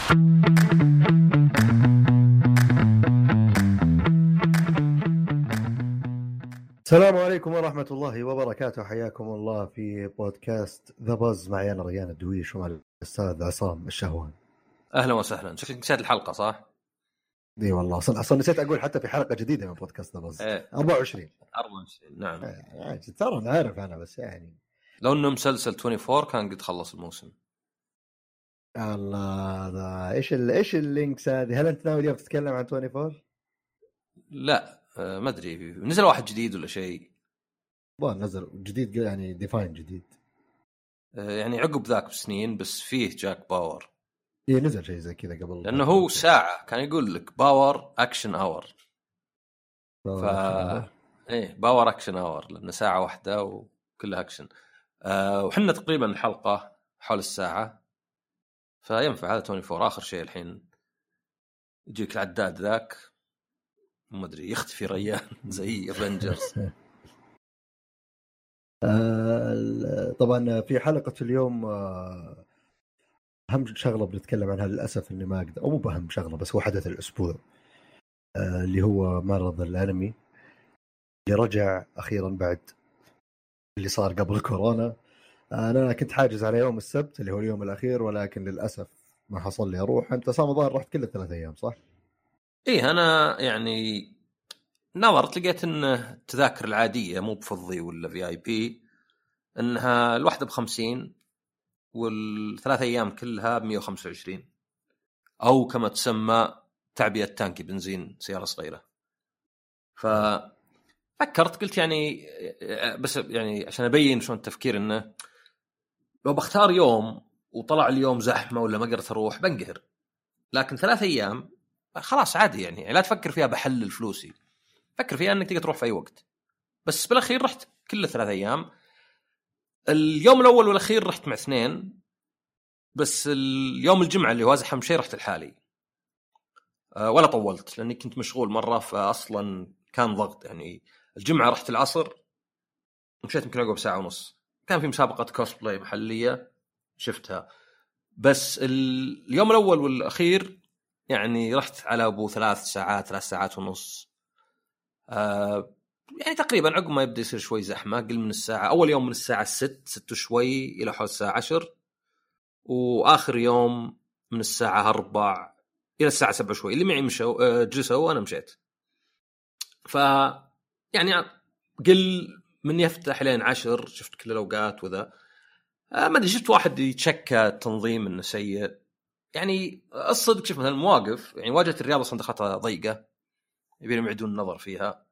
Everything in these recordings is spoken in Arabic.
السلام عليكم ورحمة الله وبركاته. حياكم الله في بودكاست ذا بز معي أنا ريان الدويش ومع الأستاذ عصام الشهوان. أهلا وسهلا. شكلك نسيت الحلقة صح؟ دي والله أصلا نسيت أقول حتى في حلقة جديدة من بودكاست ذا بز 24 نعم. ترى أنا عارف أنا بس يعني لو إنه مسلسل 24 كان قد خلص الموسم. الله ذا إيش اللينكس هذه؟ هل أنت ناوي اليوم تتكلم عن 24؟ لا ما أدري نزل واحد جديد ولا شيء. نزل جديد يعني ديفاين جديد يعني عقب ذاك بسنين بس فيه جاك باور. إيه نزل شيء زي كذا قبل لأنه هو ساعة كان يقول لك باور أكشن أور. إيه باور أكشن أور لأنه ساعة واحدة وكلها أكشن. وحنا تقريبا الحلقة حول الساعة فينفع هذا 24 آخر شيء. الحين يجيك العداد ذاك ما أدري يختفي ريان زي افنجرز. طبعا في حلقة اليوم أهم شغلة بنتكلم عنها للأسف إني ما أقدر أو مو بأهم شغلة بس هو حدث الأسبوع اللي هو معرض الأنمي اللي رجع أخيرا بعد اللي صار قبل كورونا. أنا كنت حاجز على يوم السبت اللي هو اليوم الأخير ولكن للأسف ما حصل لي أروح. أنت صام ظاهر رحت كل 3 أيام صح؟ إيه أنا يعني نظرت لقيت إن التذاكر العادية مو بفضي ولا VIP إنها الواحدة ب50 والثلاث أيام كلها ب125 أو كما تسمى تعبئة تانكي بنزين سيارة صغيرة. ففكرت قلت يعني بس يعني عشان أبين شلون التفكير إنه لو بختار يوم وطلع اليوم زحمة ولا ما قدرت أروح بنقهر، لكن 3 أيام خلاص عادي يعني لا تفكر فيها بحلل فلوسي، فكر فيها أنك تقدر تروح في أي وقت. بس بالأخير رحت كل 3 أيام. اليوم الأول والأخير رحت مع 2، بس اليوم الجمعة اللي هو أزحم شيء رحت لحالي ولا طولت لأني كنت مشغول مرة فأصلا كان ضغط. يعني الجمعة رحت العصر مشيت يمكن عقب ساعة ونص، كان في مسابقة كوسبلاي محلية شفتها. بس اليوم الأول والأخير يعني رحت على أبو 3 ساعات 3 ساعات ونص. يعني تقريبا عقب ما يبدأ يصير شوي زحمة قل من الساعة أول يوم من الساعة 6 شوي إلى حول الساعة 10، وآخر يوم من الساعة 4 إلى الساعة 7 شوي. اللي معي مشوا جلسوا وأنا مشيت. يعني قل من يفتح لين 10 شفت كل الأوقات وذا. ما أدري شفت واحد يتشكى التنظيم إنه سيء. يعني الصدق شوف مثلا المواقف يعني واجهة الرياضة صندوقاتها ضيقة يبينهم يعيدون النظر فيها،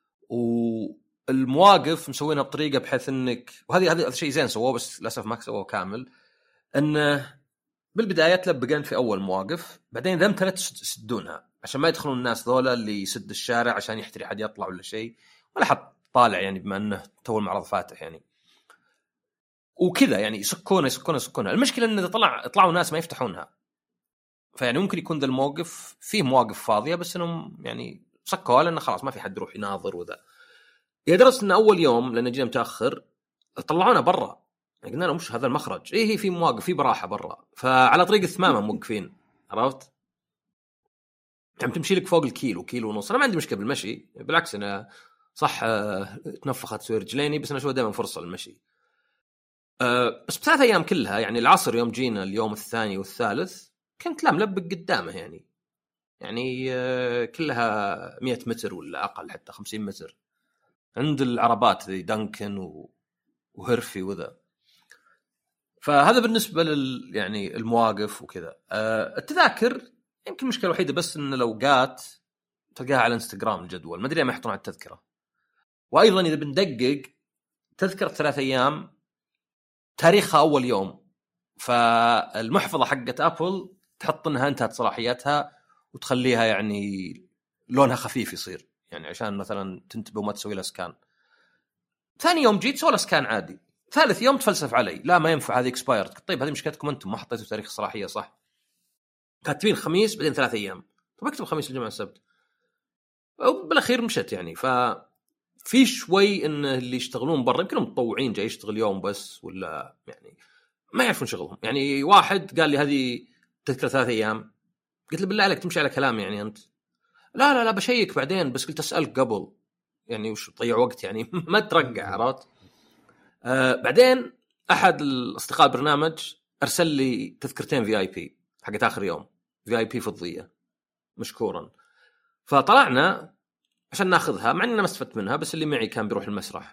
والمواقف مسوينها بطريقة بحيث إنك وهذا شيء زين سووه بس للأسف ما سووه كامل. إنه بالبداية تلبقين في أول مواقف بعدين ذم 3 تسدونها عشان ما يدخلون الناس ذولا اللي يسد الشارع عشان يحتري حد يطلع ولا شيء ولا حد طالع يعني بما أنه تو المعرض فاتح يعني وكذا يعني يسكونها. المشكلة إن إذا طلعوا ناس ما يفتحونها فيعني ممكن يكون ذا الموقف فيه مواقف فاضية بس إنهم يعني سكوها لأنه خلاص ما في حد يروح يناظر وذا. يدرس إن أول يوم لأن جينا متأخر طلعونا برا يعني قلنا له مش هذا المخرج. إيه في مواقف في براحة برا فعلى طريق الثمامة موقفين عرفت يعني تمشي لك فوق الكيلو كيلو ونص. أنا ما عندي مشكلة بالمشي بالعكس أنا صح تنفخت سوي رجليني بس أنا شو دائما فرصة للمشي. بس ب3 أيام كلها يعني العصر يوم جينا اليوم الثاني والثالث كنت لا ملبق قدامه يعني كلها 100 متر ولا أقل حتى 50 متر عند العربات ذي دانكن وهرفي وذا. فهذا بالنسبة يعني المواقف وكذا. التذاكر يمكن مشكلة وحيدة بس إن الأوقات تلقاها على انستغرام الجدول ما أدري ما يحطون على التذكرة. وأيضا إذا بندقق تذكرة 3 أيام تاريخها أول يوم فالمحفظة حقت أبل تحط إنها انتهت صلاحيتها وتخليها يعني لونها خفيف يصير يعني عشان مثلا تنتبه وما تسوي له سكان. ثاني يوم جيت سوى له سكان عادي. ثالث يوم تفلسف علي لا ما ينفع هذه اكسبايرد. طيب هذه مشكلتكم انتم ما حطيتوا تاريخ الصلاحيه صح. كاتبين الخميس بعدين 3 أيام طب اكتب الخميس الجمعه السبت وبالاخير مشت يعني. ففي شوي ان اللي يشتغلون برا يمكن متطوعين جاي يشتغل يوم بس ولا يعني ما يعرفون شغلهم. يعني واحد قال لي هذه تذكرة 3 أيام. قلت له بالله عليك تمشي على كلامي يعني أنت؟ لا بشيك بعدين، بس قلت أسألك قبل يعني وش تضيع وقت يعني ما ترجع عرفت. بعدين أحد الأصدقاء البرنامج أرسل لي تذكرتين VIP حقت آخر يوم، VIP فضية مشكورا. فطلعنا عشان ناخذها، مع اننا ما استفدت منها، بس اللي معي كان بيروح المسرح.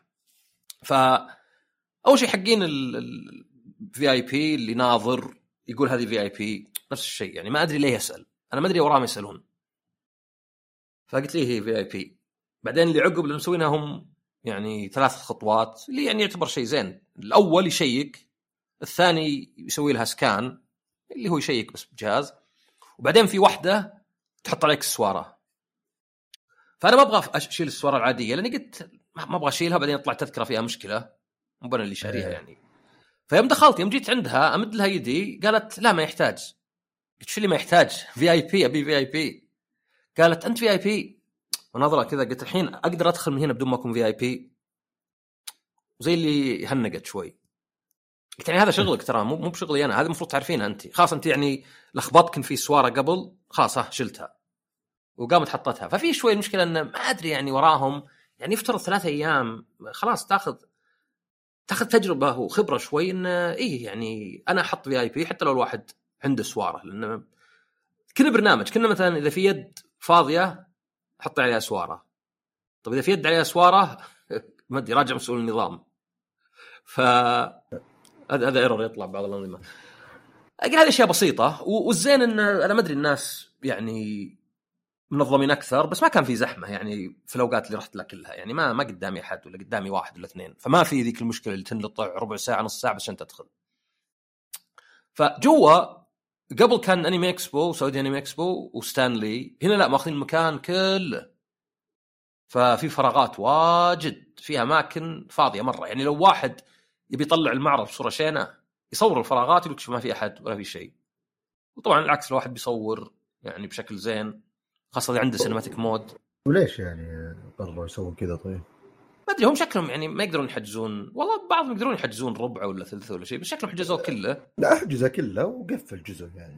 فاول شيء حقين VIP اللي ناظر يقول هذه VIP نفس الشيء يعني، ما ادري ليه يسال، انا ما ادري وراهم يسالون. فقلت لي هي VIP. بعدين اللي عقب اللي مسوينها هم يعني 3 خطوات اللي يعني يعتبر شيء زين. الاول يشيك، الثاني يسوي لها سكان اللي هو يشيك بس بجهاز، وبعدين في واحده تحط عليك السواره. فانا ما ابغى اشيل السواره العاديه لاني قلت ما ابغى اشيلها بعدين يطلع تذكره فيها مشكله، مو انا اللي شاريها يعني. فيوم دخلت يوم جيت عندها امد لها يدي قالت لا ما يحتاج. قلت شو اللي ما يحتاج؟ VIP ابي VIP. قالت انت VIP. ونظره كذا قلت الحين اقدر ادخل من هنا بدون ما اكون VIP؟ زي اللي هنقت شوي. قلت يعني هذا شغلك ترى، مو بشغلي انا، هذا المفروض تعرفينها انت، خلاص انت يعني لخبطك في سواره قبل خلاص شلتها وقامت حطتها. ففي شوي المشكله ان ما ادري يعني وراهم يعني يفترض 3 أيام خلاص تاخذ تجربه وخبره شوي ان ايه يعني انا احط VIP حتى لو الواحد عنده سواره، لان كنا برنامج كنا مثلا اذا في يد فاضيه حط عليها سواره، طب اذا في يد عليها سواره ما ادري راجع مسؤول النظام. ف هذا ايرور يطلع بعض الانظمه. اقول هذه اشياء بسيطه، والزين ان انا ما ادري الناس يعني منظمين اكثر، بس ما كان في زحمه يعني في الاوقات اللي رحت لها كلها يعني ما قدامي احد ولا قدامي واحد ولا اثنين، فما في ذيك المشكله اللي تنقطع ربع ساعه نص ساعه بس عشان تدخل. فجوا قبل كان انمي اكسبو وسعودي انمي اكسبو وستانلي، هنا لا ماخذين المكان كله، ففي فراغات واجد، في اماكن فاضيه مره يعني. لو واحد يبي يطلع المعرض بصوره شينه يصور الفراغات يقول ما في احد ولا في شيء. وطبعا العكس الواحد بيصور يعني بشكل زين، خاصة إذا عنده سينماتيك مود. وليش يعني قرروا يسوون كذا؟ طيب ما أدري هم شكلهم يعني ما يقدرون يحجزون، والله بعضهم يقدرون يحجزون ربع ولا ثلث ولا شيء، بس شكلهم حجزوه كله. لا احجزه كله وقفل جزء يعني.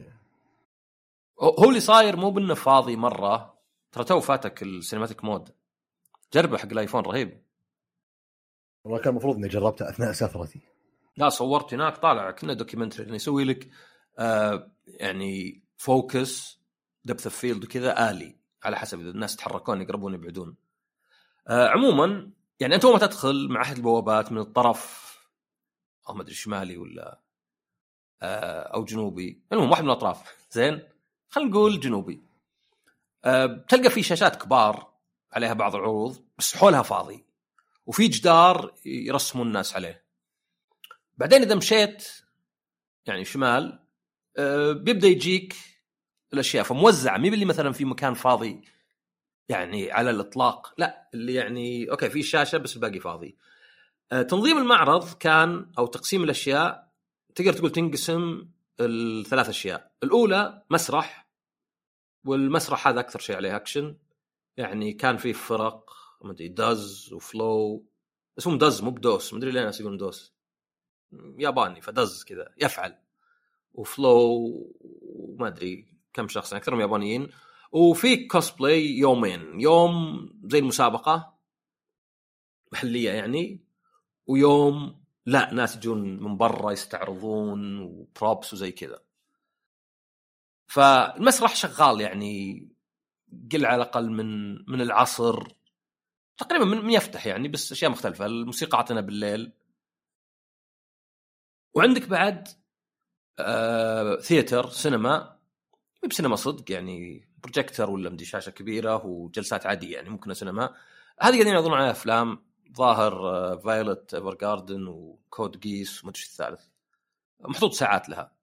هو اللي صاير مو بأنه فاضي مرة، ترى تو فاتك السينماتيك مود، جربه حق الايفون رهيب. والله كان المفروض اني جربته اثناء سفرتي. لا صورت هناك طالع كنا دوكيومنتري يعني يسوي لك يعني فوكس دبث اوف فيلد وكذا آلي على حسب اذا الناس يتحركون يقربون يبعدون. عموما يعني انت ما تدخل مع احد البوابات من الطرف او ما ادري شمالي ولا او جنوبي، المهم واحد من الاطراف زين، خلينا نقول جنوبي، تلقى في شاشات كبار عليها بعض العروض بس حولها فاضي، وفي جدار يرسمون الناس عليه. بعدين اذا مشيت يعني شمال بيبدا يجيك الاشياء فموزعه، مي باللي مثلا في مكان فاضي يعني على الاطلاق، لا اللي يعني اوكي في الشاشه بس الباقي فاضي. تنظيم المعرض كان او تقسيم الاشياء تقدر تقول تنقسم الثلاث اشياء. الاولى مسرح، والمسرح هذا اكثر شيء عليه اكشن يعني، كان فيه فرق ما ادري داز وفلو، اسمهم داز مو بدوس، ما ادري ليه الناس يقولون دوس، ياباني فداز كذا يفعل، وفلو وما ادري كم شخص اكثرهم يابانيين. وفي كوسبلاي يومين، يوم زي المسابقه محليه يعني، ويوم لا ناس يجون من برا يستعرضون وبروبس وزي كذا. فالمسرح شغال يعني قل على الأقل من العصر تقريبا من يفتح يعني، بس أشياء مختلفة. الموسيقى عطنا بالليل، وعندك بعد ثياتر سينما، بسينما صدق يعني بروجيكتور ولا مدي شاشة كبيرة وجلسات عادية يعني ممكن سينما. هذه قاعدين يعرضون على أفلام ظاهر فايلت ايفرغاردن وكود جيس وما ادري الثالث، محطوط ساعات لها.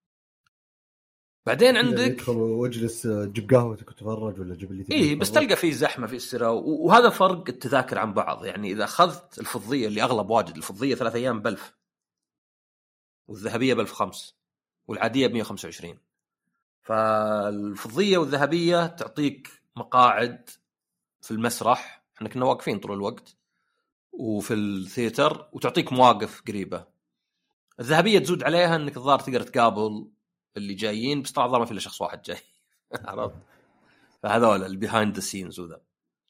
بعدين عندك يدخل واجلس جيب قهوتك وتفرج ولا جيب اللي تبي. ايه بس تلقى فيه زحمه في السراء، وهذا فرق التذاكر عن بعض يعني. اذا اخذت الفضيه اللي اغلب واجد، الفضيه 3 أيام ب1000 والذهبيه ب1500 والعاديه ب125. فالفضيه والذهبيه تعطيك مقاعد في المسرح، احنا كنا واقفين طول الوقت، وفي الثياتر، وتعطيك مواقف قريبه. الذهبيه تزود عليها انك الظاهر تقدر تقابل اللي جايين، بس طبعا ما في الا شخص واحد جاي. عرفت؟ فهذول البيهايند ذا سينز وذا.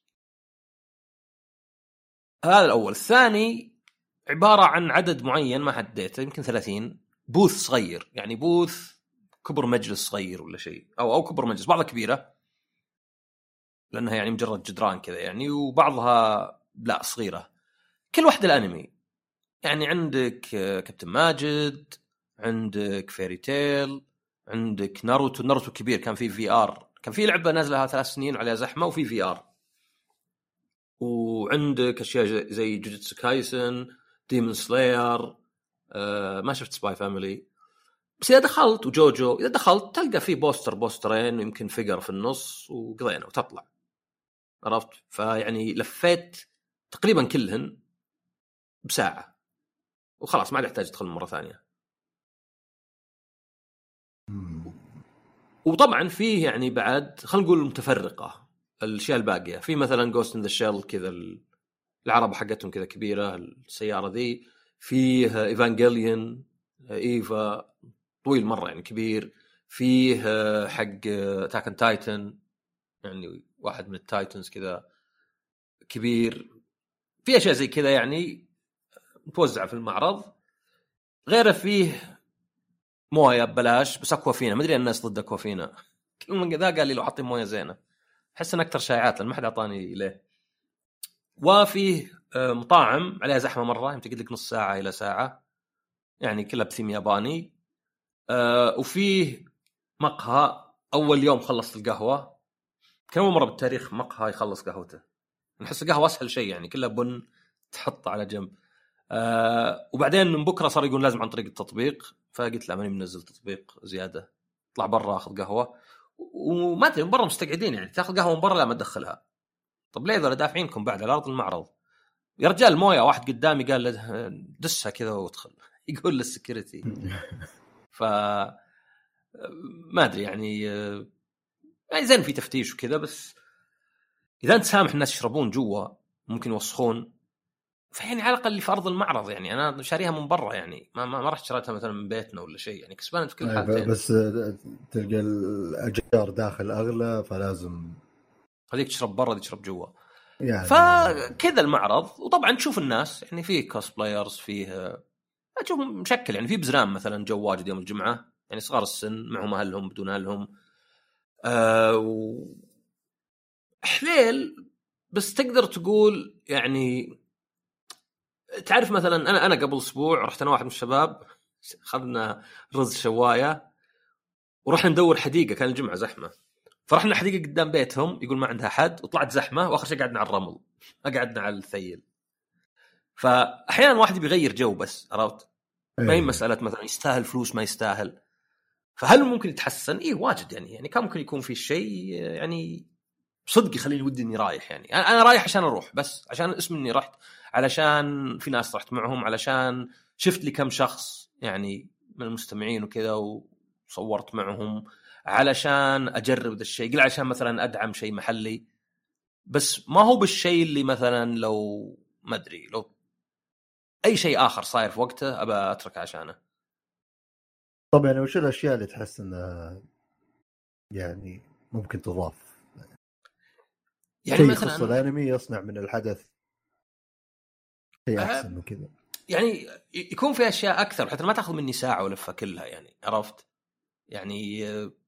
هذا الاول. الثاني عباره عن عدد معين ما حددته، يمكن 30 بوث صغير، يعني بوث كبر مجلس صغير ولا شيء، او كبر مجلس، بعضها كبيره لانها يعني مجرد جدران كذا يعني، وبعضها لا صغيره. كل واحده الانمي، يعني عندك كابتن ماجد، عندك فيري تيل، عندك ناروتو كبير، كان في في ار، كان في لعبه نازله 3 سنين وعليها زحمه وفي في ار. وعندك اشياء زي جوجوتسو كايسن، ديمون سلاير، ما شفت سباي فاميلي، بس اذا دخلت وجوجو، اذا دخلت تلقى فيه بوسترين ويمكن فيجر في النص وقضينا وتطلع. عرفت؟ فيعني لفيت تقريبا كلهن بساعه وخلاص، ما عاد احتاج ادخل مره ثانيه. وطبعا فيه يعني بعد خلينا نقول متفرقه الاشياء الباقيه، في مثلا جوست ان ذا شيل كذا، العربه حقتهم كذا كبيره السياره ذي، فيه ايفانجيليون ايفا طويل مره يعني كبير، فيه حق تاكن تايتن يعني واحد من التايتنز كذا كبير، في اشياء زي كذا يعني متوزعه في المعرض. غيره فيه مويه ببلاش، بس اكوافينا ما ادري الناس ضد اكوافينا، كل من ذا قال لي لو حطي مويه زينه، احس ان اكثر شائعات لان ما حد اعطاني ليه. وفيه مطاعم عليها زحمه مره، يمكن لك نص ساعه الى ساعه، يعني كلها بثيم ياباني. وفيه مقهى اول يوم خلصت القهوه، كان اول مره بالتاريخ مقهى يخلص قهوته. نحس القهوه اسهل شيء يعني، كلها بن تحط على جنب. وبعدين من بكره صار يقول لازم عن طريق التطبيق، فقلت لا ماني منزل تطبيق زياده، اطلع برا اخذ قهوه. وما ادري من برا مستقعدين يعني، تاخذ قهوه من برا لا ما تدخلها. طب ليه ذول دافعينكم بعد على ارض المعرض؟ يا رجال مويه واحد قدامي قال له دسها كذا وادخل، يقول للسكيورتي. ف ما ادري يعني زين في تفتيش وكذا، بس اذا انت سامح الناس يشربون جوا ممكن يوسخون، فيعني على الاقل اللي في ارض المعرض يعني، انا شاريها من برا يعني، ما رحت شريتها مثلا من بيتنا ولا شيء يعني، كسبان في كل حالتين. بس تلقى الاجار داخل اغلى، فلازم هذيك تشرب برا دي تشرب جوا يعني. فكذا المعرض. وطبعا تشوف الناس يعني، فيه كوسبلايرز، فيه تشوف مشكل يعني، في بزرام مثلا جو واجد يوم الجمعه يعني، صغار السن معهم اهلهم بدون اهلهم، حليل. بس تقدر تقول يعني، تعرف مثلا انا قبل اسبوع رحت انا واحد من الشباب، اخذنا رز شوايه ورحنا ندور حديقه، كان الجمعه زحمه، فرحنا حديقه قدام بيتهم يقول ما عندها حد، وطلعت زحمه، واخر شيء قعدنا على الرمل، قعدنا على الثيل. فاحيانا واحد بيغير جو بس، عرفت؟ ما هي مساله مثلا يستاهل فلوس ما يستاهل. فهل ممكن يتحسن؟ ايه واجد يعني كان ممكن يكون في شيء يعني صدق يخليني ودي اني رايح يعني، انا رايح عشان اروح، بس عشان اسم اني رحت، علشان في ناس رحت معهم، علشان شفت لي كم شخص يعني من المستمعين وكذا وصورت معهم، علشان اجرب ذا الشيء، قل عشان مثلا ادعم شيء محلي، بس ما هو بالشيء اللي مثلا لو ما ادري لو اي شيء اخر صاير في وقته ابى اترك عشانه. طب يعني وش الاشياء اللي تحس انها يعني ممكن تضاف؟ يعني شيء مثلا يخص الانمي يصنع من الحدث شيء احسن من كذا، يعني يكون في اشياء اكثر حتى ما تاخذ مني ساعه ولفه كلها يعني، عرفت؟ يعني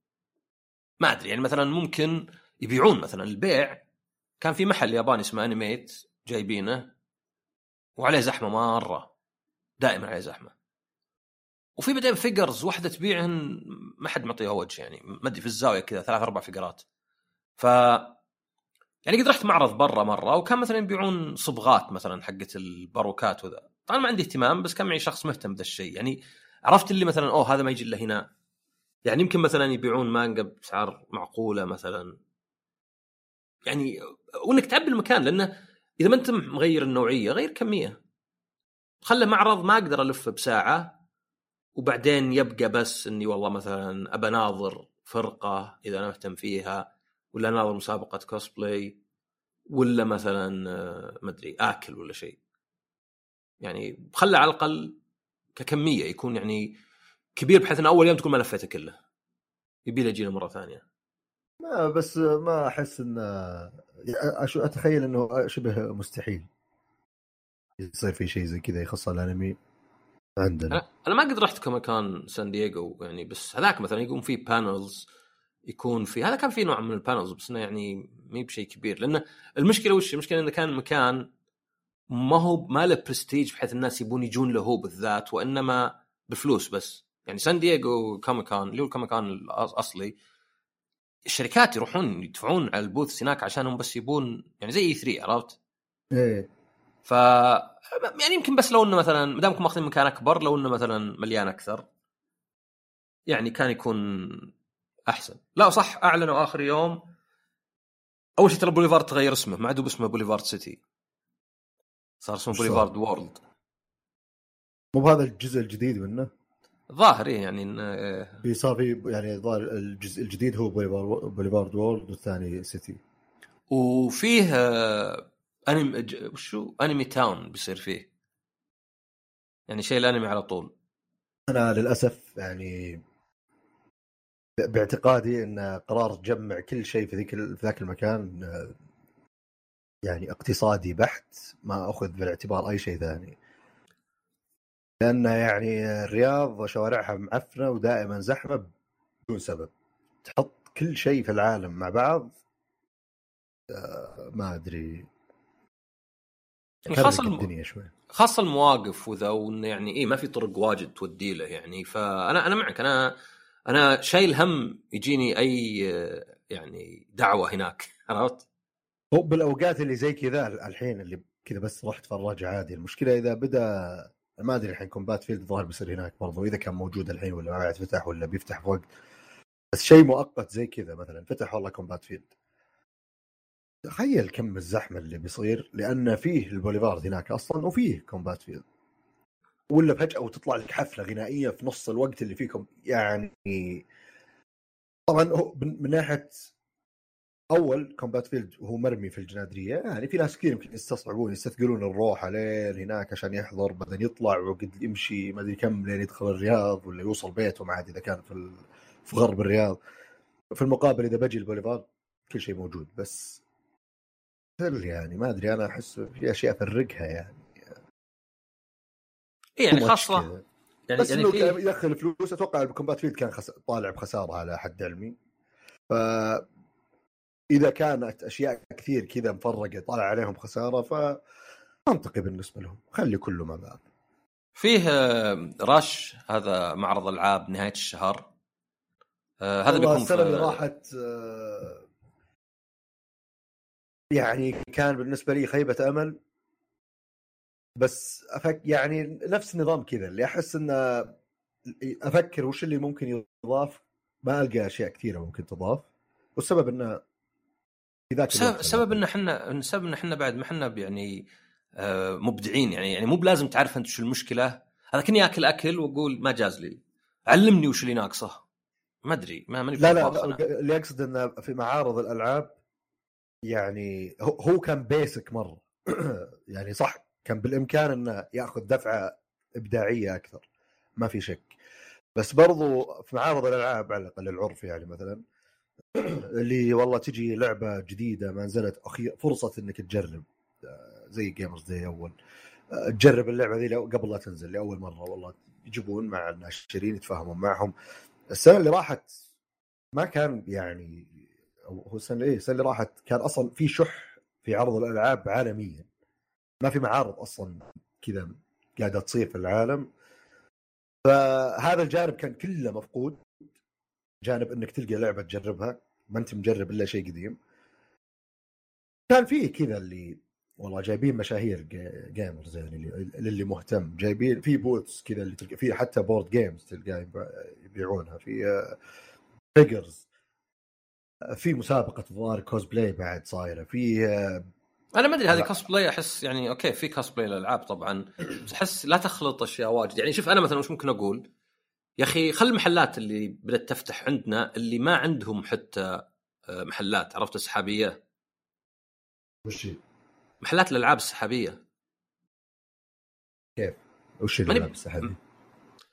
ما ادري يعني مثلا ممكن يبيعون مثلا البيع، كان في محل ياباني اسمه انيميت جايبينه وعليه زحمه مره، دائما عليه زحمه، وفي بعدين فيجرز واحده تبيعهن ما حد معطيها وجه يعني، ما ادري في الزاويه كذا 3-4 فيجرات. ف يعني قد رحت معرض برا مره وكان مثلا يبيعون صبغات مثلا حقه الباروكات وذا، طبعا ما عندي اهتمام، بس كان معي شخص مهتم بهذا الشيء يعني، عرفت اللي مثلا هذا ما يجي الا هنا يعني، يمكن مثلا يبيعون مانجا باسعار معقوله مثلا يعني، وانك تعبي المكان، لانه اذا ما انت مغير النوعيه غير كميه، خله معرض ما اقدر الف بساعه وبعدين يبقى بس اني والله مثلا ابى ناظر فرقه اذا انا مهتم فيها، ولا ناظر مسابقه كوسبلاي، ولا مثلا ما ادري اكل ولا شيء يعني، خله على الاقل ككميه يكون يعني كبير بحيث ان اول يوم تكون ما لفيته كله، يبي له جيله مره ثانيه. ما بس ما احس ان اتخيل انه شبه مستحيل يصير في شيء زي كذا يخص الانمي عندنا. انا ما قد رحت كوميكون سان دييغو يعني، بس هذاك مثلا يكون في بانلز، يكون في هذا كان في نوع من البانلز، بس انه يعني ما هي بشيء كبير. لان المشكله وش المشكله انه كان مكان ما له برستيج بحيث الناس يبون يجون له هو بالذات، وانما بفلوس بس. يعني سان دييغو كوميكون اللي هو الكوميكون الاصلي، الشركات يروحون يدفعون على البوث هناك عشانهم بس يبون يعني زي E3 عرفت. ايه ف يعني يمكن بس لو انه مثلا ما دامكم ماخذين مكان اكبر، لو انه مثلا مليان اكثر يعني كان يكون احسن. لا صح، اعلنوا اخر يوم اول شيء ترى بوليفارد تغير اسمه، ما عاد باسمه بوليفارد سيتي، صار اسمه بوليفارد وورلد. مو بهذا الجزء الجديد منه ظاهر إيه يعني صار في يعني ظاهر الجزء الجديد هو بوليفارد وورلد والثاني سيتي. وفيه انمي وشو انمي تاون بيصير فيه، يعني شيء الانمي على طول. انا للاسف يعني باعتقادي ان قرار تجمع كل شيء في ذاك المكان يعني اقتصادي بحت، ما اخذ بالاعتبار اي شيء ثاني، لان يعني الرياض شوارعها معفنه ودائما زحمه بدون سبب. تحط كل شيء في العالم مع بعض ما ادري، يفرق الدنيا شوي، خاصة المواقف وذا، وإنه يعني إيه ما في طرق واجد تودي له يعني. فأنا معك، أنا شايل هم يجيني أي يعني دعوة هناك عرفت. هو بالاوقات اللي زي كذا الحين اللي كذا بس رحت فرج عادي. المشكله اذا بدا ما ادري الحين كومبات فيلد ظاهر بيصير هناك برضو، اذا كان موجود الحين ولا ما بعد فتح ولا بيفتح في وقت، بس شيء مؤقت زي كذا مثلا فتح والله كومبات فيلد، تخيل كم الزحمه اللي بيصير، لان فيه البوليفارد هناك اصلا وفيه كومبات فيلد، ولا فجاه وتطلع لك حفله غنائيه في نص الوقت اللي فيكم يعني. طبعا هو من ناحيه اول كومبات فيلد وهو مرمي في الجنادريه، يعني في ناس كثير يمكن يستثقلون الروح عليه هناك عشان يحضر، بعدين يطلع وقد يمشي ما ادري كم لين يدخل الرياض ولا يوصل بيته، ما عاد اذا كان في غرب الرياض. في المقابل اذا بجي البوليفارد كل شيء موجود، بس يعني ما ادري، انا احس في اشياء افرقها يعني يعني خاصة يعني بس انه كان يدخل فلوس. اتوقع الكومبات فيلد كان طالع بخساره على حد علمي، ف إذا كانت أشياء كثير كذا مفرقة طالع عليهم خسارة، فمنطقي بالنسبة لهم خلي كله مع بعض. فيه راش، هذا معرض ألعاب نهاية الشهر، هذا بيكون السنة اللي راحت يعني كان بالنسبة لي خيبة أمل، بس يعني نفس النظام كذا اللي أحس إنه أفكر وش اللي ممكن يضاف، ما ألقى أشياء كثيرة ممكن تضاف، والسبب إنه السبب ان احنا بعد ما احنا يعني مبدعين يعني مو بلازم تعرف انت شو المشكله. انا كني اكل واقول ما جاز لي، علمني وش اللي ناقصه، ما ادري ماني لا اللي اقصد انه في معارض الالعاب يعني هو كان بيسك مره يعني صح، كان بالامكان انه ياخذ دفعه ابداعيه اكثر ما في شك، بس برضو في معارض الالعاب على الاقل العرف يعني مثلا اللي والله تجي لعبه جديده ما نزلت فرصه انك تجرب زي جيمرز داي اول، تجرب اللعبه ذي قبل لا تنزل لاول مره، والله يجيبون مع الناشرين يتفاهمون معهم. السنه اللي راحت ما كان يعني، هو السنه اللي راحت كان اصلا في شح في عرض الالعاب عالميا، ما في معارض اصلا كذا قاعده تصير في العالم، فهذا الجانب كان كله مفقود. جانب انك تلقى لعبه تجربها ما انت مجرب الا شيء قديم، كان فيه كذا اللي والله جايبين مشاهير جيمرز يعني اللي مهتم، جايبين في بوتس كذا اللي تلقى فيه حتى بورد جيمز تلقى يبيعونها، في فيجرز، في مسابقه ظهر كوسبلاي بعد صايره في انا ما ادري هذه كوسبلاي، احس يعني اوكي في كوسبلاي للالعاب طبعا، بس احس لا تخلط اشياء واجد. يعني شوف انا مثلا وش ممكن اقول، يا اخي خل المحلات اللي بدات تفتح عندنا اللي ما عندهم حتى محلات عرفت السحابيه، وش محلات الالعاب السحابيه كيف وش الالعاب السحابيه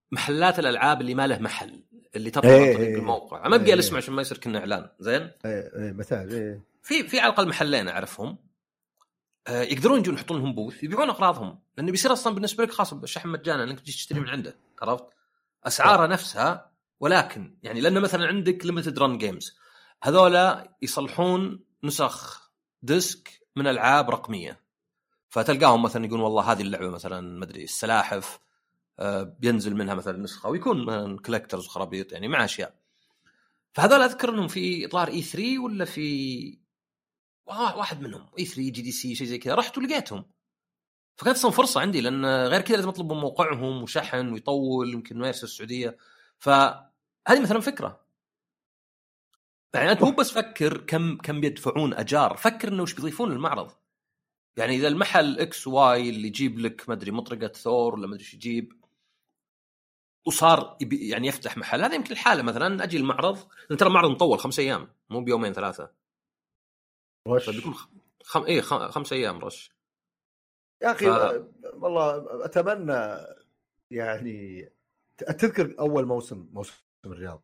محلات الالعاب اللي ما له محل اللي تطلع عن طريق الموقع. ما ابي الاسم عشان ما يصير كنا اعلان زين. مثال في على الاقل محلين اعرفهم يقدرون يجون يحطون لهم بوث يبيعون اغراضهم، لانه بيصير اصلا بالنسبه لك خاص بالشحن مجانا انك تجي تشتري من عنده. عرفت اسعاره نفسها، ولكن يعني لانه مثلا عندك ليميتد ران جيمز هذولا يصلحون نسخ ديسك من العاب رقميه، فتلقاهم مثلا يقولون والله هذه اللعبه مثلا ما ادري السلاحف بينزل منها مثلا نسخه ويكون من كولكترز وخرابيط يعني مع اشياء. فهذول اذكر انهم في اطار اي 3 ولا في واحد منهم اي 3 جي دي سي شيء زي كذا، رحت ولقيتهم. فكانت اصلا فرصه عندي، لان غير كذا لازم اطلب من موقعهم وشحن ويطول يمكن ما يرسل السعوديه. فهذه مثلا فكره. يعني انت مو بس فكر كم بيدفعون اجار، فكر انه وش بيضيفون للمعرض. يعني اذا المحل اكس واي اللي يجيب لك ما ادري مطرقه ثور ولا ما ادري ايش يجيب وصار يعني يفتح محل، هذا يمكن الحاله مثلا اجي المعرض، ترى المعرض مطول 5 ايام مو بيومين 3 رش. فبيكون 5 ايام رش يا اخي والله اتمنى يعني تذكر اول موسم الرياض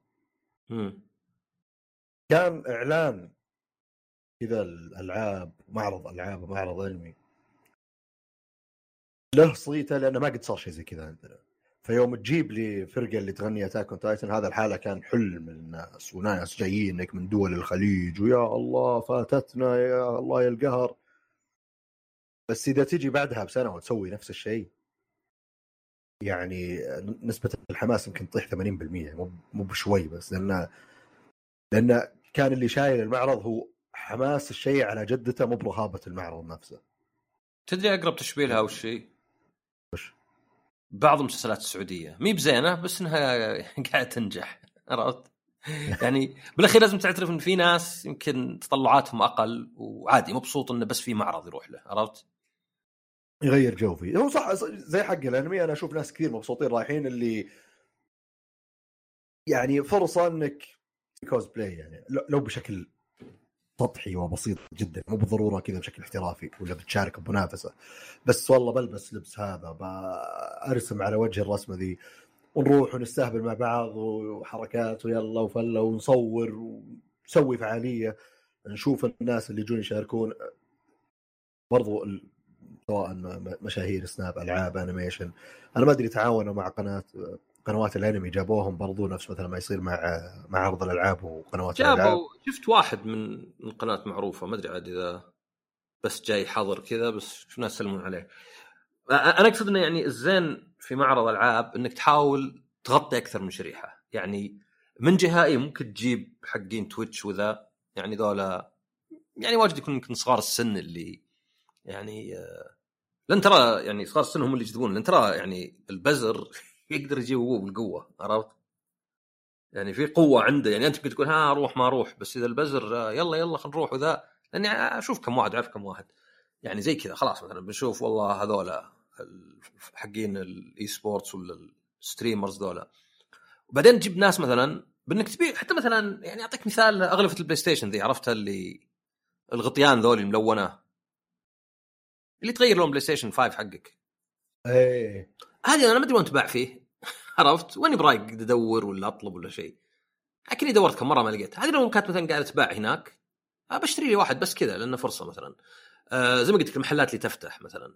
كان اعلان كذا الالعاب، معرض العاب ومعرض علمي له صيته، لانه ما قد صار شيء زي كذا عندنا. فيوم تجيب لي فرقه اللي تغني اتاك اون تايتن، هذا الحاله كان حلم من الناس، وناس جايينك من دول الخليج ويا الله فاتتنا يا الله يا القهر. بس اذا تجي بعدها بسنه وتسوي نفس الشيء يعني نسبه الحماس يمكن تطيح 80%، مو بشوي بس، لان كان اللي شايل المعرض هو حماس الشيء على جدته، مو برهابه المعرض نفسه. تدري اقرب تشبيه لها وش شيء؟ بعض المسلسلات السعوديه مي بزينه بس انها قاعده تنجح. عرفت يعني بالاخير لازم تعترف ان في ناس يمكن تطلعاتهم اقل وعادي مبسوط انه بس في معرض يروح له. عرفت يغير جو فيه. هو صح زي حق الانمي، انا اشوف ناس كثير مبسوطين رايحين، اللي يعني فرصه انك كوزبلاي يعني لو بشكل سطحي وبسيط جدا، مو بالضروره كذا بشكل احترافي ولا بتشارك بمنافسه، بس والله بلبس لبس هذا بارسم على وجه الرسمه ذي ونروح ونستهبل مع بعض وحركات ويلا وفله ونصور ونسوي فعاليه، نشوف الناس اللي يجون يشاركون برضو سواء مشاهير سناب العاب انيميشن. انا ما ادري تعاونوا مع قنوات الانمي جابوهم برضو نفس مثلا ما يصير مع عرض الالعاب وقنوات الالعاب. شفت واحد من قناه معروفه ما ادري عاد اذا بس جاي حاضر كذا، بس شفنا ناس يسلمون عليه. انا اقصد انه يعني الزين في معرض العاب انك تحاول تغطي اكثر من شريحه. يعني من جهه ممكن تجيب حقين تويتش وذا، يعني ذولا يعني واجد يكون يمكن صغار السن اللي يعني لن ترى يعني صغار السن هم اللي يجذبون، لن ترى يعني البزر يقدر يجيب ابوه بالقوه. عرفت يعني في قوه عنده، يعني انت تقول ها اروح ما اروح، بس اذا البزر يلا خلينا نروح وذا، لاني اشوف كم واحد اعرف كم واحد يعني زي كذا خلاص مثلا بنشوف والله هذولا حقين الاي سبورتس ولا الستريمرز ذولا، وبعدين تجيب ناس مثلا بانك تبيع حتى مثلا يعني اعطيك مثال اغلفه البلاي ستيشن ذي، عرفتها اللي الغطيان ذولي الملونه اللي تغير لون بلاي ستيشن 5 حقك. ايه هذه انا ما ادري وين تباع فيه. عرفت وين برايق ادور ولا اطلب ولا شيء، لكني دورت كم مره ما لقيت. هذه لو كانت مثلا قاعده تباع هناك بشتري لي واحد بس كذا لانه فرصه مثلا. زي ما قلت لك المحلات اللي تفتح مثلا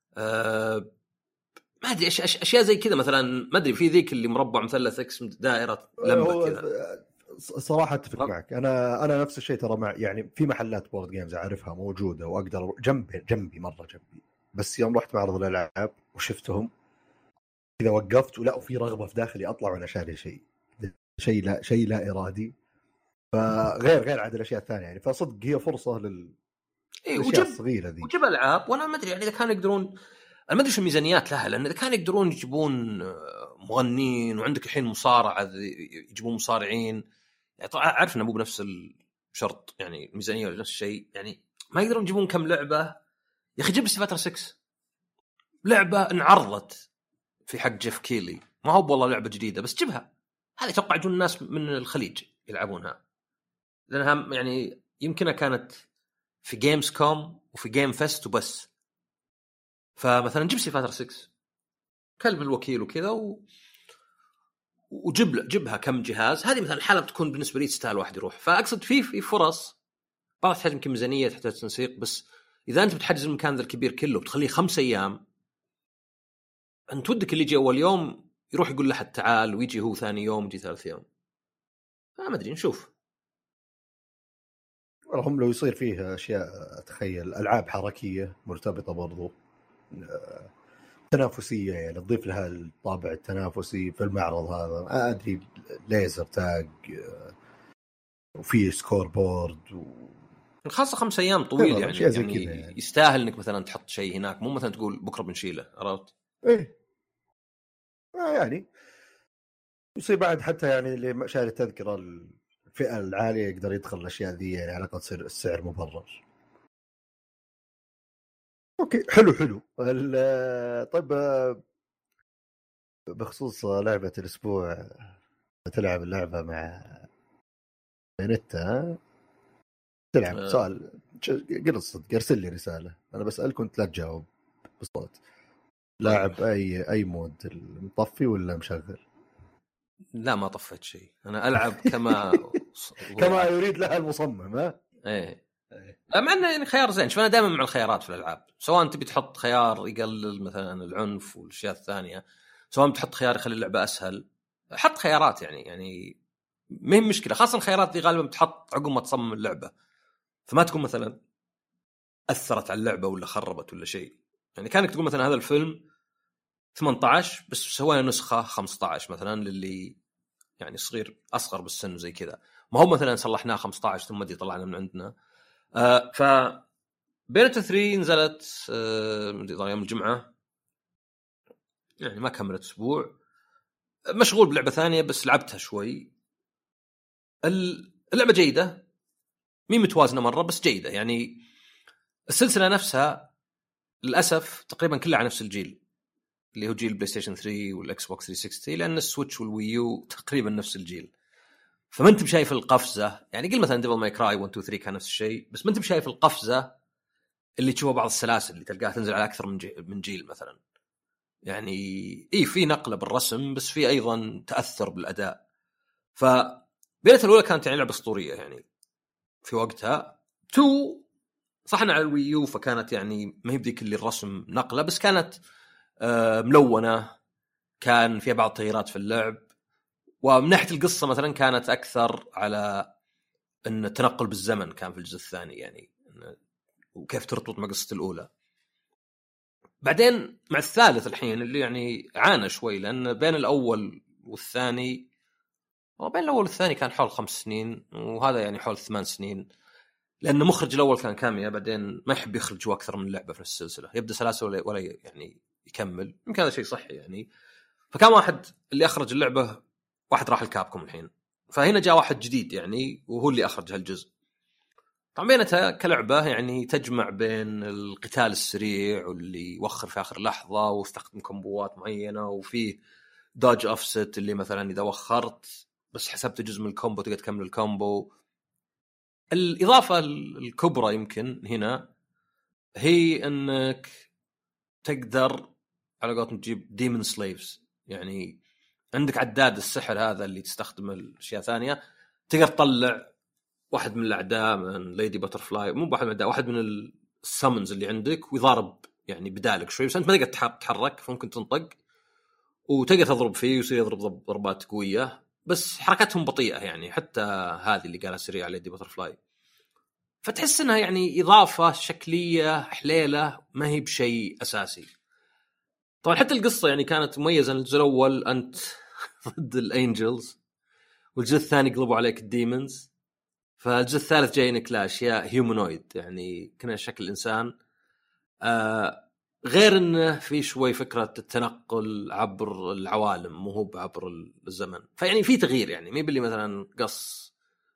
ما ادري اشياء زي كذا مثلا، ما ادري في ذيك اللي مربع مثلث اكس دائره لمبه كذا. صراحه اتفق معك. انا نفس الشيء ترى، مع يعني في محلات بورد جيمز اعرفها موجوده واقدر جنبي مره جنبي، بس يوم رحت معرض الالعاب وشفتهم كذا وقفت ولا في رغبه في داخلي اطلع وانا شاري شيء لا ارادي، فغير عاد الاشياء الثانيه يعني. فصدق هي فرصه الاشياء الصغيره ذي. وجب العاب. وانا ما ادري يعني اذا كانوا يقدرون، انا ما ادري شو الميزانيات لها، لان اذا كانوا يقدرون يجيبون مغنين وعندك الحين مصارعه يجيبون مصارعين، يعني طبعا عارف انه مو بنفس الشرط يعني الميزانيه ولا نفس الشيء، يعني ما يقدرون يجيبون كم لعبه. يا اخي جيب ستريت 6 لعبه انعرضت في حق جيف كيلي، ما هو والله لعبه جديده بس جيبها. هذه اتوقع يجون الناس من الخليج يلعبونها، لانها يعني يمكنها كانت في جيمز كوم وفي جيم فيست وبس. فمثلا جيب ستريت 6 كلب الوكيل وكذا جبها كم جهاز، هذه مثلا الحاله بتكون بالنسبه لي تستاهل واحد يروح. فاقصد في فرص بعض تحتاج يمكن ميزانيه، تحتاج تنسيق، بس اذا انت بتحجز المكان ذا الكبير كله بتخليه 5 أيام، انت ودك اللي يجي اول يوم يروح يقول لحد تعال، ويجي هو ثاني يوم، يجي ثالث يوم. ما ادري، نشوف. هم لو يصير فيه اشياء، اتخيل العاب حركيه مرتبطه برضو تنافسيه، يعني تضيف لها الطابع التنافسي في المعرض هذا. ما ادري، ليزر تاج وفي سكور بورد خاصه 5 أيام طويل يعني يستاهل انك مثلا تحط شيء هناك، مو مثلا تقول بكره بنشيله، عرفت؟ ايه يعني يصير بعد حتى يعني اللي شاري التذكره الفئه العاليه يقدر يدخل الاشياء ذي، يعني على الاقل تصير السعر مبرر. اوكي، حلو. طيب، بخصوص لعبه الاسبوع، تلعب اللعبه مع بينتا؟ تلعب سؤال قل الصدق، ارسل لي رساله، انا بسالك وانت لا تجاوب بالصوت. لاعب اي مود، المطفي ولا مشغل؟ لا ما طفيت شيء، انا العب كما كما يريد لها المصمم. ها ايه مع انه يعني خيار زين. شوف انا دائما مع الخيارات في الالعاب، سواء تبي تحط خيار يقلل مثلا العنف والاشياء الثانيه، سواء تحط خيار يخلي اللعبه اسهل، حط خيارات. يعني ما هي مشكله، خاصه الخيارات دي غالبا بتحط عقب ما تصمم اللعبه، فما تكون مثلا اثرت على اللعبه ولا خربت ولا شيء. يعني كانك تقول مثلا هذا الفيلم 18 بس سوينا نسخه 15 مثلا للي يعني صغير اصغر بالسن زي كذا، ما هو مثلا صلحناه 15 ثم دي طلعنا من عندنا. ف بينتا 3 نزلت يوم الجمعه، يعني ما كملت اسبوع. مشغول بلعبه ثانيه بس لعبتها شوي. اللعبه جيده، مي متوازنه مره بس جيده. يعني السلسله نفسها للاسف تقريبا كلها على نفس الجيل، اللي هو جيل بلاي ستيشن 3 والاكس بوكس 360، لان السويتش والويو تقريبا نفس الجيل. فما انت بشايف القفزه، يعني قل مثلا ديفل ماي كراي 1 2 3 كان نفس الشيء، بس ما انت بشايف القفزه اللي تشوفها بعض السلاسل اللي تلقاها تنزل على اكثر من جيل مثلا. يعني في نقله بالرسم، بس في ايضا تاثر بالاداء. فبينتا الاولى كانت يعني لعبه اسطوريه يعني في وقتها. 2 صحنا على الويو، فكانت يعني ما هي بذيك اللي الرسم نقله، بس كانت ملونه، كان فيها بعض التغييرات في اللعب. ومن ناحيه القصه مثلا كانت اكثر على ان التنقل بالزمن كان في الجزء الثاني، يعني وكيف تربط مع قصه الاولى. بعدين مع الثالث الحين اللي يعني عانى شوي، لان بين الاول والثاني، وبين الاول والثاني كان حول 5 سنين، وهذا يعني حول 8 سنين، لان مخرج الاول كان كاميا، بعدين ما يحب يخرج اكثر من لعبه في السلسله، يبدا سلاسل ولا يعني يكمل. يمكن هذا شيء صحي يعني. فكان واحد اللي اخرج اللعبه، واحد راح الكابكوم الحين، فهنا جاء واحد جديد يعني، وهو اللي اخرج هالجزء. طبعا بينتها كلعبه يعني تجمع بين القتال السريع واللي يوخر في اخر لحظه واستخدم كومبوات معينه، وفيه دوج اوفست اللي مثلا اذا وخرت بس حسبت جزء من الكومبو تقدر تكمل الكومبو. الاضافه الكبرى يمكن هنا هي انك تقدر على قولتهم تجيب ديمون سليفز، يعني عندك عداد السحر هذا اللي تستخدم الاشياء ثانيه، تقدر تطلع واحد من الاعداء من ليدي باترفلاي، مو واحد من الاعداء، واحد من السامنز اللي عندك، ويضارب يعني بدالك شوي، بس انت ما تقدر تتحرك، فممكن تنطق وتقدر تضرب فيه ويصير يضرب ضربات قويه، بس حركاتهم بطيئه يعني، حتى هذه اللي قالها سريعه ليدي باترفلاي. فتحس انها يعني اضافه شكليه حليله، ما هي بشيء اساسي. طبعا حتى القصه يعني كانت مميزه. الجزء الاول انت ضد الانجلز، والجزء الثاني قلبوا عليك الديمونز، فالجزء الثالث جاينا كلاش يا هيومانويد، يعني كنا شكل انسان. غير انه في شوي فكره التنقل عبر العوالم، مو هو عبر الزمن، فيعني في تغيير، يعني مي باللي مثلا قص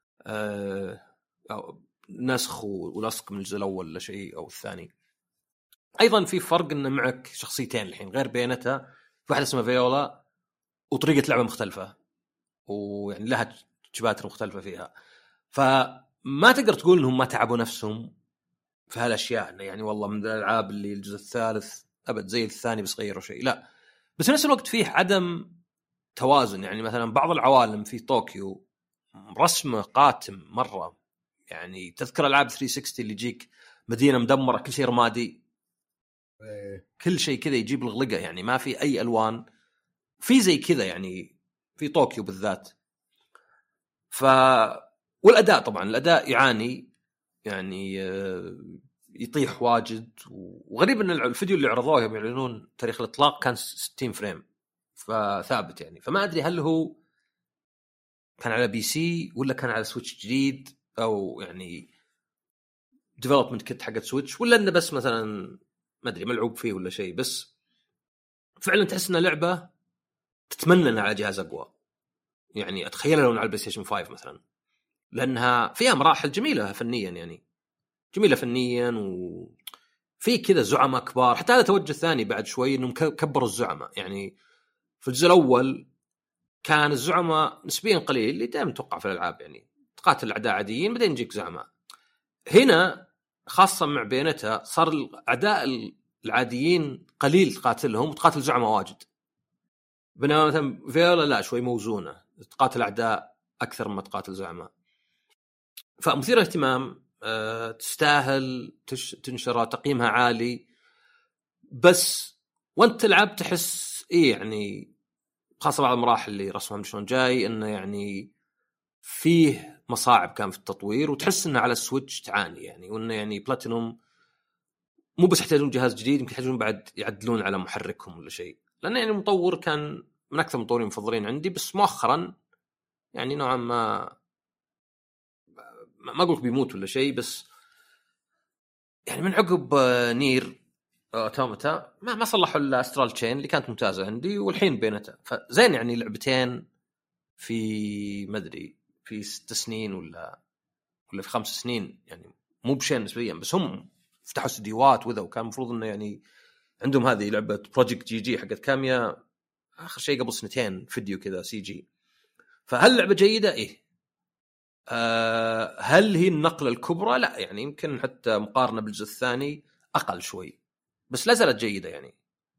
أو نسخ ولصق من الجزء الاول ولا شيء او الثاني. ايضا في فرق ان معك شخصيتين الحين غير بينتها، في واحده اسمها فيولا، وطريقه لعبه مختلفه، ويعني لها شباتر مختلفه فيها. فما تقدر تقول انهم ما تعبوا نفسهم في هالاشياء، يعني والله من الالعاب اللي الجزء الثالث ابد زي الثاني بس غيروا شيء، لا. بس في نفس الوقت فيه عدم توازن. يعني مثلا بعض العوالم في طوكيو رسمه قاتم مره، يعني تذكر العاب 360 اللي يجيك مدينه مدمره كل شيء رمادي، كل شيء كذا يجيب الغلقه، يعني ما في اي الوان، في زي كذا يعني في طوكيو بالذات. والاداء طبعا الاداء يعاني، يعني يطيح واجد. وغريب ان الفيديو اللي عرضوه يوم يعلنون تاريخ الاطلاق كان 60 فريم فثابت يعني. فما ادري هل هو كان على بي سي ولا كان على سويتش جديد، او يعني ديفلوبمنت كيت حقت سويتش، ولا انه بس مثلا ما ادري ملعوب فيه ولا شيء. بس فعلا تحس انها لعبه تتمنى انها على جهاز اقوى. يعني اتخيلها لو على البلاي ستيشن 5 مثلا، لانها فيها مراحل جميله فنيا، يعني جميله فنيا، وفي كذا زعماء كبار. حتى هذا توجه ثاني بعد شوي انهم كبروا الزعماء. يعني في الجزء الاول كان الزعماء نسبيا قليل، اللي دائما توقع في الالعاب، يعني تقاتل الاعداء عاديين بعدين يجيك زعماء. هنا خاصه مع بينتها صار الاعداء العاديين قليل تقاتلهم وتقاتل زعماء واجد، بينما مثلا فيولا لا، شوي موزونه، تقاتل اعداء اكثر مما تقاتل زعماء. فمثير اهتمام، تستاهل تنشر، تقييمها عالي. بس وانت تلعب تحس ايه يعني، خاصه بعض المراحل اللي رسمها شلون جاي، انه يعني فيه مصاعب كان في التطوير، وتحس انه على السويتش تعاني يعني. وانه يعني بلاتينوم مو بس يحتاجون جهاز جديد، يمكن يحتاجون بعد يعدلون على محركهم ولا شيء، لان يعني المطور كان من اكثر المطورين المفضلين عندي. بس مؤخرا يعني نوعا ما اقولك بيموت ولا شيء، بس يعني من عقب نير اوتوماتا ما صلحوا الاسترال تشين اللي كانت ممتازه عندي، والحين بينتا. فزين يعني لعبتين في مدري في 6 سنين ولا في 5 سنين، يعني مو بشيء نسبيا. بس هم فتحوا استديوهات وذا، وكان المفروض انه يعني عندهم هذه لعبه بروجكت جي جي حقت كاميا اخر شيء قبل 2 فيديو كذا سي جي. فهل لعبه جيده؟ ايه. هل هي النقله الكبرى؟ لا، يعني يمكن حتى مقارنه بالجزء الثاني اقل شوي، بس لا زالت جيده يعني.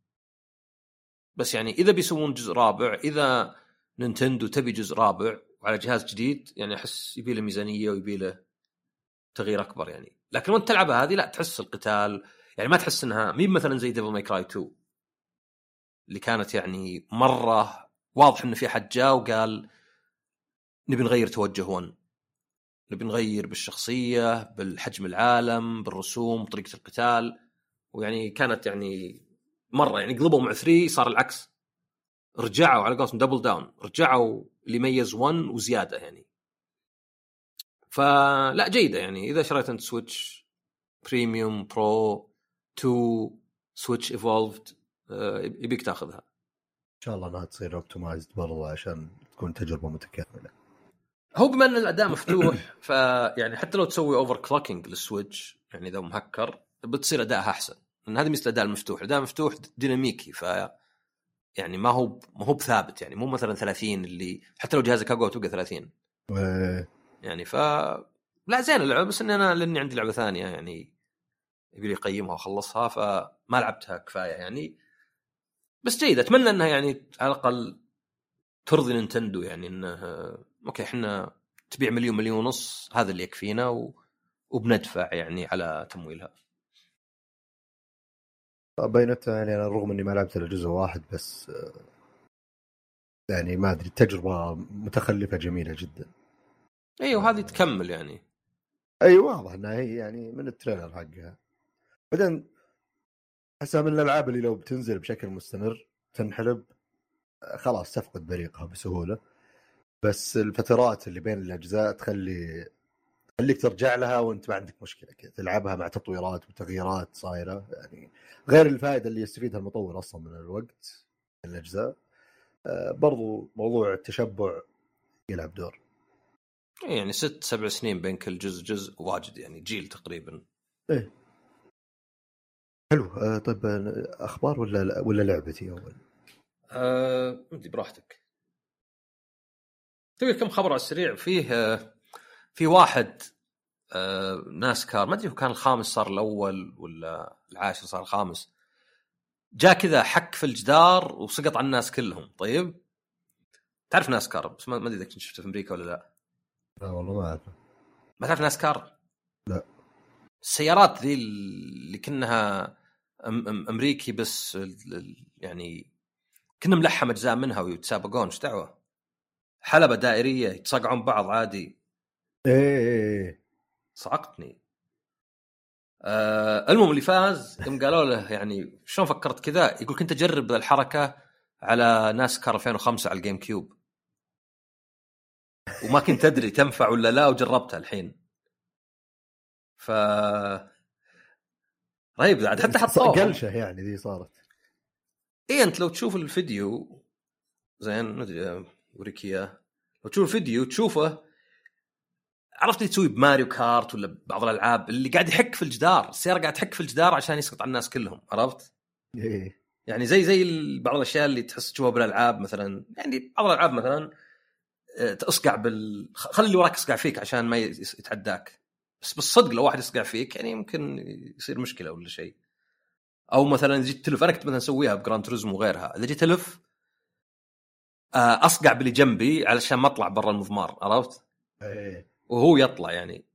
بس يعني اذا بيسوون جزء رابع، اذا نينتندو تبي جزء رابع وعلى جهاز جديد، يعني احس يبي له ميزانيه ويبي له تغيير اكبر يعني. لكن وانت تلعبها هذه لا، تحس القتال يعني ما تحس انها مين مثلا زي ديفل ماي كراي 2 اللي كانت يعني مره واضح انه في حد جاء وقال نبي نغير توجه 1، نبي نغير بالشخصيه، بالحجم العالم، بالرسوم، بطريقه القتال. ويعني كانت يعني مره يعني قلبوا مع 3 صار العكس، رجعوا على قولتهم دبل داون، رجعوا اللي يميز 1 وزياده يعني. فلا جيده يعني. اذا شريت انت سويتش بريميوم برو 2 سويتش ايفولفد يبيك تاخذها ان شاء الله انها تصير اوبتمايزد برضو عشان تكون تجربه متكامله. هو بما ان الاداء مفتوح فيعني حتى لو تسوي اوفر كلوكينج للسويتش، يعني اذا مهكر بتصير اداءها احسن، لان هذه مثل الاداء المفتوح. الاداء المفتوح ديناميكي، ف يعني ما هو بثابت، يعني مو مثلا 30 اللي حتى لو جهازك اقوى تبقى 30 يعني. ف لا زين اللعبه، بس اني انا لاني عندي لعبه ثانيه يعني يبي لي اقيمها واخلصها، فما لعبتها كفايه يعني. بس جيد، اتمنى انها يعني على الاقل ترضي نينتندو، يعني انه اوكي احنا تبيع 1 مليون ونص هذا اللي يكفينا، وبندفع يعني على تمويلها. بينتها يعني انا رغم اني ما لعبت الا جزء واحد، بس يعني ما ادري التجربه متخلفه جميله جدا. ايوه هذه تكمل يعني. اي واضح انها هي يعني من التريلر حقها. بعدين حسها من الالعاب اللي لو بتنزل بشكل مستمر تنحلب خلاص تفقد بريقها بسهوله، بس الفترات اللي بين الاجزاء تخليك ترجع لها وانت ما عندك مشكله كذا تلعبها مع تطويرات وتغييرات صايره يعني، غير الفائده اللي يستفيدها المطور اصلا من الوقت الاجزاء. برضو موضوع التشبع يلعب دور. يعني 6-7 سنين بين كل جزء واجد يعني، جيل تقريبا. ايه حلو. طيب اخبار ولا لعبتي اول؟ انت براحتك. تبي كم خبر على السريع؟ في واحد ناسكار، ما ادري هو كان الخامس صار الاول ولا العاشر صار الخامس، جاء كذا حك في الجدار وسقط على الناس كلهم. طيب تعرف ناسكار بس ما ادري اذا كنت شفته في امريكا ولا لا. لا والله ما اعرف. ما تعرف ناسكار؟ لا. السيارات ذي اللي كأنها امريكي بس يعني كنا ملحم اجزاء منها ويتسابقون. ايش دعوه؟ حلبة دائرية يتصقعون بعض عادي. ايه صعقتني. المهم اللي فاز يوم قالوا له يعني شلون فكرت كذا، يقول كنت اجرب الحركة على ناسكار 2005 على الجيم كيوب وما كنت ادري تنفع ولا لا وجربتها الحين. ف رهيب عاد. حتى حطوها قلشه يعني ذي صارت. ايه انت لو تشوف الفيديو زين ما ادري اوريك اياه، لو تشوف الفيديو تشوفه عرفت اللي تسوي بماريو كارت ولا بعض الالعاب اللي قاعد يحك في الجدار، السيارة قاعد تحك في الجدار عشان يسقط على الناس كلهم. عرفت؟ ايه يعني زي بعض الاشياء اللي تحس تشوفها بالالعاب مثلا. يعني بعض الالعاب مثلا تسقع خلي اللي وراك يسقع فيك عشان ما يتعداك. بس بالصدق لو واحد يسقع فيك يعني يمكن يصير مشكله ولا شيء. او مثلا جيت تلف، انا كنت مثلا اسويها بجراند توريزمو وغيرها، اذا جيت تلف اصقع باللي جنبي علشان ما اطلع برا المضمار. عرفت؟ ايه وهو يطلع يعني.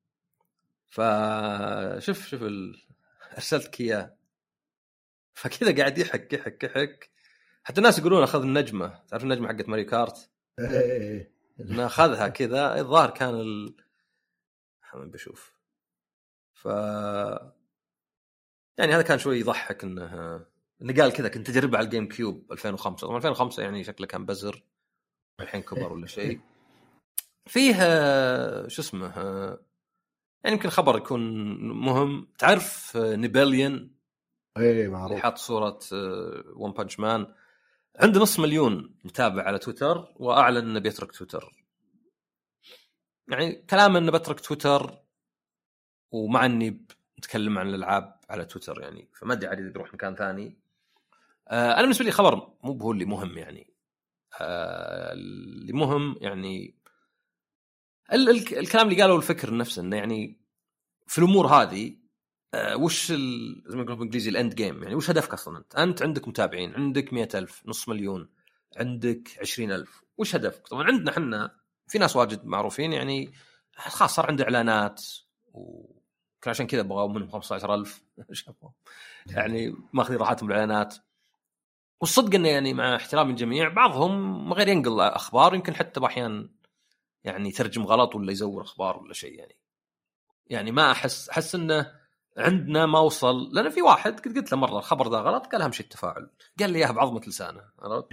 فشوف ارسلتك اياه. فكذا قاعد يحك حتى الناس يقولون اخذ النجمه. تعرف النجمه حقت ماري كارت؟ ايه ناخذها كذا. الظاهر كان بشوف. يعني هذا كان شوي يضحك انه قال كذا كنت تجرب على الجيم كيوب 2005. طبعا 2005 يعني شكله كان بزر، الحين كبر ولا شيء. فيه شو اسمه يعني يمكن خبر يكون مهم. تعرف نيبليون؟ ايه معروف. اللي حط صورة ون بانش مان. عنده 500,000 متابع على تويتر واعلن انه بيترك تويتر. يعني كلام انه بترك تويتر ومع اني نتكلم عن الالعاب على تويتر يعني، فما ادري عادي بيروح مكان ثاني. انا بالنسبه لي خبر مو هو اللي مهم يعني. اللي مهم يعني الكلام اللي قاله الفكر نفسه، انه يعني في الامور هذه وش زي ما يقولون بالانجليزي الاند جيم. يعني وش هدفك اصلا؟ انت عندك متابعين، عندك 100,000، 500,000، عندك 20,000. وش هدفك؟ طبعا عندنا حنا في ناس واجد معروفين يعني خاص صار عنده اعلانات وكان عشان كذا بغاو منهم 15,000 يعني ماخذين راحتهم بالاعلانات. والصدق انه يعني مع احترام الجميع بعضهم غير ينقل اخبار، يمكن حتى باحيان يعني ترجم غلط ولا يزور اخبار ولا شيء يعني ما احس انه عندنا ما وصل. لان في واحد قلت له مره الخبر ذا غلط، قال اهم شيء التفاعل، قال لي اياها بعظمه لسانه. عرفت؟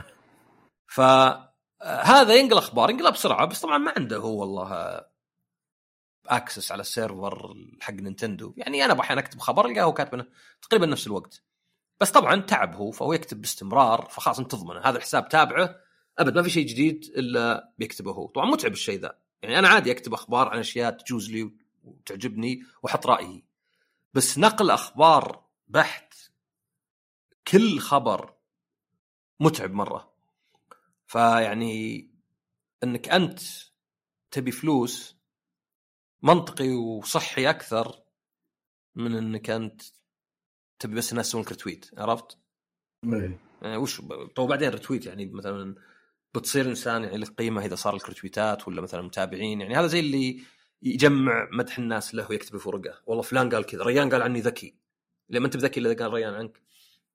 فهذا ينقل اخبار ينقلها بسرعه، بس طبعا ما عنده هو والله اكسس على السيرفر حق نينتندو. يعني انا بحين اكتب خبر القاه هو كاتبه تقريبا نفس الوقت، بس طبعا تعب هو فهو يكتب باستمرار، فخلاص انت تضمن هذا الحساب تابعه ابد ما في شيء جديد الا بيكتبه هو. طبعا متعب الشيء ذا. يعني انا عادي اكتب اخبار عن اشياء تجوز لي وتعجبني واحط رايي، بس نقل اخبار بحت كل خبر متعب مره. فيعني انك انت تبي فلوس منطقي وصحي اكثر من انك انت تبي بس الناس يسوون رتويت. عرفت؟ يعني وش طب بعدين رتويت يعني مثلا بتصير انسان يعني له قيمه اذا صار لك رتويتات ولا مثلا متابعين. يعني هذا زي اللي يجمع مدح الناس له ويكتب في ورقه والله فلان قال كذا، ريان قال عني ذكي، لما انت بذكي اللي قال ريان عنك.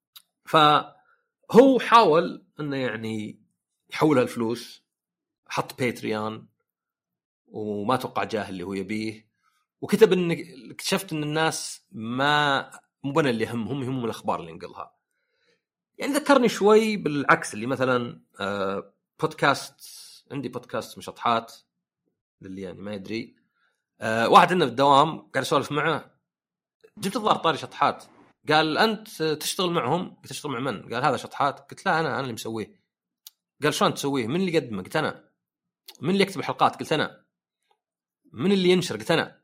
فهو حاول انه يعني يحولها الفلوس، حط باتريون وما توقع جاه اللي هو يبيه، وكتب ان اكتشفت ان الناس ما مبنى اللي يهمهم الاخبار اللي ينقلها. يعني ذكرني شوي بالعكس اللي مثلا بودكاست، عندي بودكاست مشطحات للي يعني ما يدري. واحد عندنا بالدوام قاعد اسولف معه، جبت الظاهر طاري شطحات، قال انت تشتغل معهم؟ قلت اشتغل مع من؟ قال هذا شطحات. قلت لا انا اللي مسويه. قال شلون تسويه؟ من اللي يقدمه؟ قلت انا. من اللي يكتب الحلقات؟ قلت انا. من اللي ينشر؟ قلت انا.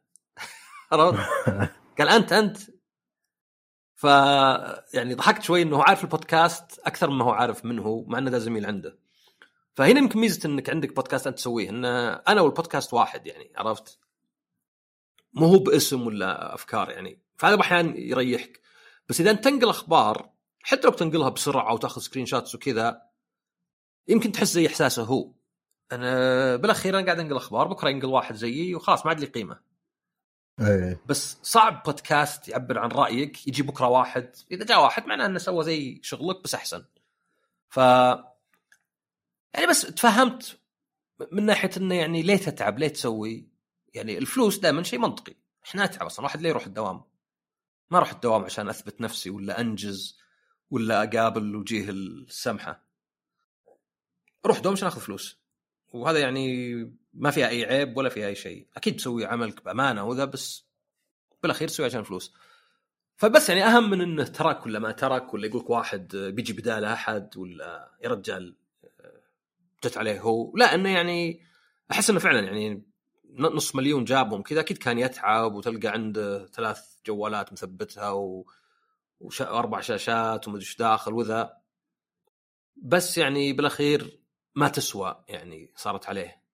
قال انت. ف يعني ضحكت شوي انه عارف البودكاست اكثر مما هو عارف منه هو، مع انه ده زميل عنده. فهنا يمكن ميزه انك عندك بودكاست انت تسويه، ان انا والبودكاست واحد يعني. عرفت؟ مو هو باسم ولا افكار يعني. فهذا احيانا يريحك. بس اذا انت تنقل اخبار حتى لو تنقلها بسرعه او تاخذ سكرين شوتس وكذا، يمكن تحس زي احساسه هو. انا بالاخير انا قاعد انقل اخبار، بكره ينقل واحد زيي وخلاص ما عاد لي قيمه. بس صعب بودكاست يعبر عن رايك يجي بكره واحد، اذا جاء واحد معناه انه سوى زي شغلك بس احسن. ف يعني بس تفهمت من ناحيه انه يعني ليه تتعب، ليه تسوي، يعني الفلوس دائما شيء منطقي. احنا نتعب اصلا، واحد ليه يروح الدوام؟ ما اروح الدوام عشان اثبت نفسي ولا انجز ولا اقابل وجيه السمحه، اروح دوام عشان اخذ فلوس. وهذا يعني ما فيها اي عيب ولا فيها اي شيء. اكيد تسوي عملك بامانه وذا، بس بالاخير تسوي عشان فلوس. فبس يعني اهم من انه ترك ولا ما ترك، ولا يقولك واحد بيجي بداله احد، ولا يا رجال جت عليه هو. لا، انه يعني احس انه فعلا يعني 500,000 جابهم كذا، اكيد كان يتعب، وتلقى عنده 3 جوالات مثبتها و4 شاشات ومدري ايش داخل وذا. بس يعني بالاخير ما تسوى يعني صارت عليه.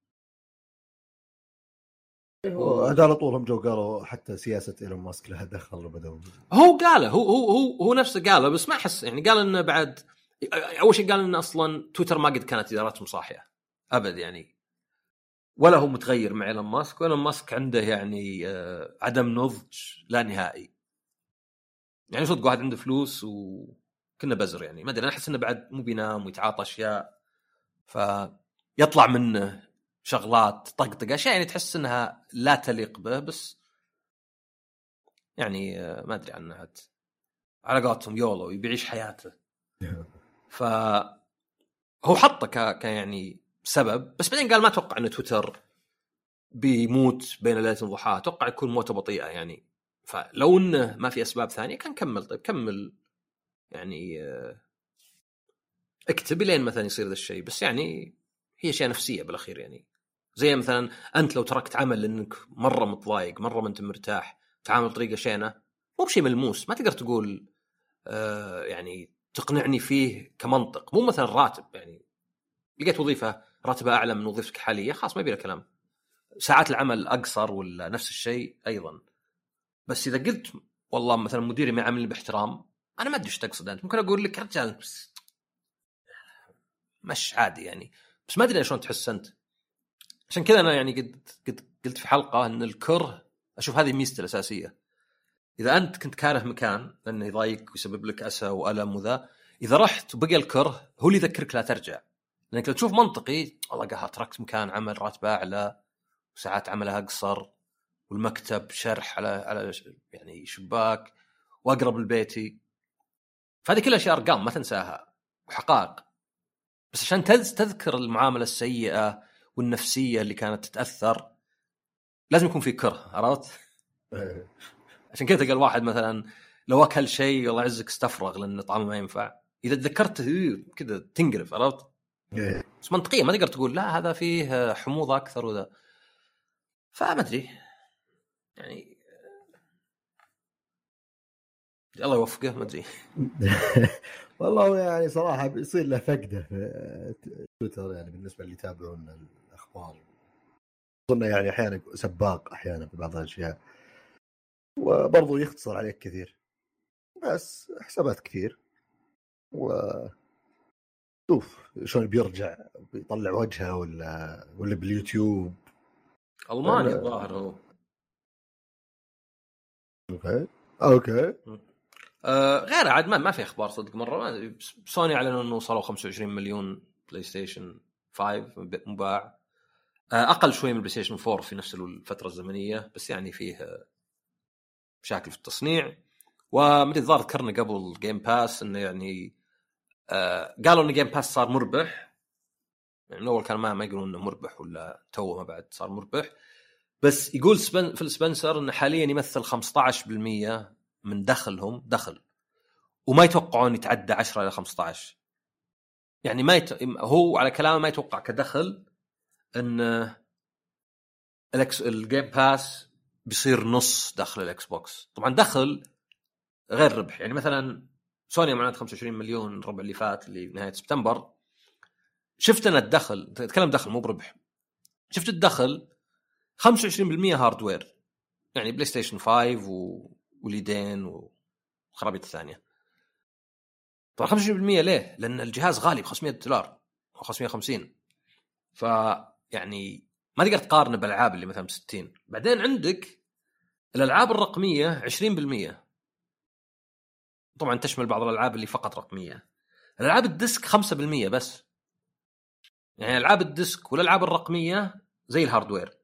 هذا على طول هم جو قالوا حتى سياسة إيلون ماسك لها دخل وبدأوا. هو قاله، هو نفسه قاله، بس ما أحس يعني قال إنه بعد أول شيء قال إنه أصلاً تويتر ما قد كانت إدارتهم صاحية أبد يعني، ولا هو متغير مع إيلون ماسك. وإيلون ماسك عنده يعني عدم نضج لا نهائي. يعني صدق واحد عنده فلوس وكنا بزر يعني، ما أدري، أنا أحس إنه بعد مو بينام ويتعاطى أشياء، فيطلع منه شغلات طقطقة أشياء يعني تحس إنها لا تليق به. بس يعني ما أدري عنها، على قولتهم يولو يبيعيش حياته. فهو حطه يعني سبب، بس بعدين قال ما أتوقع أن تويتر بيموت بين ليلة وضحاها، أتوقع يكون موته بطيئة يعني. فلو إنه ما في أسباب ثانية كان كمل. طيب كمل يعني، اكتب لين مثلا يصير ذا الشيء. بس يعني هي أشياء نفسية بالأخير يعني. زي مثلا أنت لو تركت عمل لأنك مرة متضايق، مرة ما أنت مرتاح، تعامل بطريقة شينة، مو بشيء ملموس، ما تقدر تقول يعني تقنعني فيه كمنطق. مو مثلا راتب، يعني لقيت وظيفة راتبها أعلى من وظيفتك حالية، خلاص ما يبي له كلام. ساعات العمل أقصر ولا نفس الشيء أيضا. بس إذا قلت والله مثلا مديري ما يعاملني باحترام، أنا ما أدري إيش تقصد أنت. ممكن أقول لك رجال بس مش عادي يعني، بس ما أدري شلون تحس أنت. عشان كذا أنا يعني قد قلت في حلقة أن الكره أشوف هذه ميزته الأساسية. إذا أنت كنت كاره مكان لأنه يضايق ويسبب لك أسى وألم وذا، إذا رحت وبقى الكره هو اللي يذكرك لا ترجع. لأنك لو تشوف منطقي، والله قهر تركت مكان عمل راتبه أعلى وساعات عملها أقصر والمكتب شرح على يعني شباك وأقرب لبيتي، فهذه كلها أشياء أرقام ما تنساها وحقائق. بس عشان تذكر المعاملة السيئة والنفسية اللي كانت تتأثر لازم يكون في كره، عرفت؟ عشان كذا تلقى الواحد مثلا لو أكل شيء والله يعزك استفرغ لأن طعمه ما ينفع، إذا تذكرته كذا تنقرف، عرفت؟ بس منطقيا ما تقدر تقول لا هذا فيه حموضة أكثر وذا. فما أدري يعني، الله يوفقه، ما أدري. والله يعني صراحة بيصير له فقدة في تويتر يعني بالنسبة اللي يتابعون الأخبار. أظن يعني أحيانا سباق أحيانا في بعض الأشياء، وبرضو يختصر عليك كثير، بس حسابات كثير. شوف شلون بيرجع بيطلع وجهه ولا باليوتيوب. ألماني الظاهر هو. اوكي غير عاد ما في اخبار صدق مره. سوني اعلنوا انه وصلوا 25 مليون بلاي ستيشن 5 مباع، اقل شوي من بلاي ستيشن 4 في نفس الفتره الزمنيه، بس يعني فيه مشاكل في التصنيع. ومدري الظاهر ذكرنا قبل جيم باس انه يعني قالوا ان جيم باس صار مربح. يعني اول كان ما يقولون انه مربح ولا تو ما بعد صار مربح، بس يقول في سبنسر انه حاليا يمثل 15% من دخلهم دخل، وما يتوقعون يتعدى 10 إلى 15. يعني هو على كلامه ما يتوقع كدخل ان الجيم باس بيصير نص دخل الاكس بوكس. طبعا دخل غير ربح، يعني مثلا سوني معناته 25 مليون الربع اللي فات اللي نهاية سبتمبر، شفت انا الدخل، تتكلم دخل مو بربح، شفت الدخل 25% هاردوير، يعني بلاي ستيشن 5 وليدين وخرابيط الثانية. طبعا 25% ليه؟ لأن الجهاز غالي ب$500. او 550. فيعني ما تقدر تقارن بالالعاب اللي مثلا 60. بعدين عندك الالعاب الرقميه 20%، طبعا تشمل بعض الالعاب اللي فقط رقميه. الالعاب الديسك 5% بس. يعني العاب الديسك والالعاب الرقميه زي الهاردوير.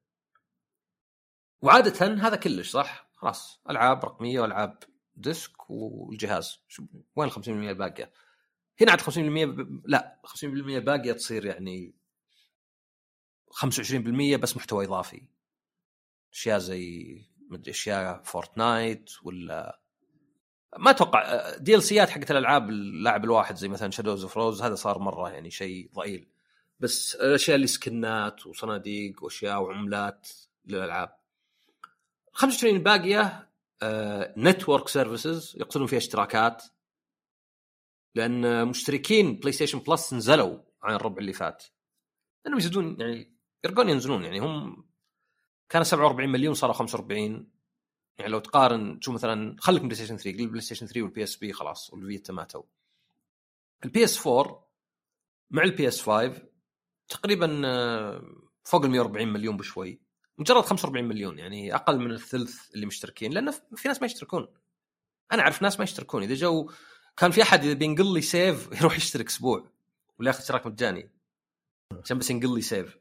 وعاده هذا كلش صح، خلاص العاب رقميه والعاب ديسك والجهاز. وين ال 50% الباقيه؟ هنا عاد 50% لا 50% الباقيه تصير يعني 25% بس محتوى اضافي، اشياء زي مدري اشياء فورتنايت ولا ما اتوقع دي ال سيات حقت الالعاب اللاعب الواحد زي مثلا شادوز اوف روز. هذا صار مره يعني شيء ضئيل. بس الاشياء اللي سكنات وصناديق واشياء وعملات للالعاب. 25 الباقيه نتورك سيرفيسز يقصدون فيها اشتراكات، لان مشتركين بلاي ستيشن بلس نزلوا عن الربع اللي فات، لانهم يزيدون يعني يرجعون ينزلون. يعني هم كان 47 مليون صاروا 45. يعني لو تقارن شو مثلا خليك بلاي ستيشن 3، البلاي ستيشن 3 والبي اس بي خلاص والفيتا ماتوا. البي اس 4 مع البي اس 5 تقريبا فوق ال 140 مليون بشوي، مجرد 45 مليون يعني اقل من الثلث اللي مشتركين، لان في ناس ما يشتركون. انا اعرف ناس ما يشتركون، اذا جو كان في احد بينقل لي سيف يروح يشترك اسبوع ولا ياخذ اشتراك مجاني عشان بس ينقل لي سيف.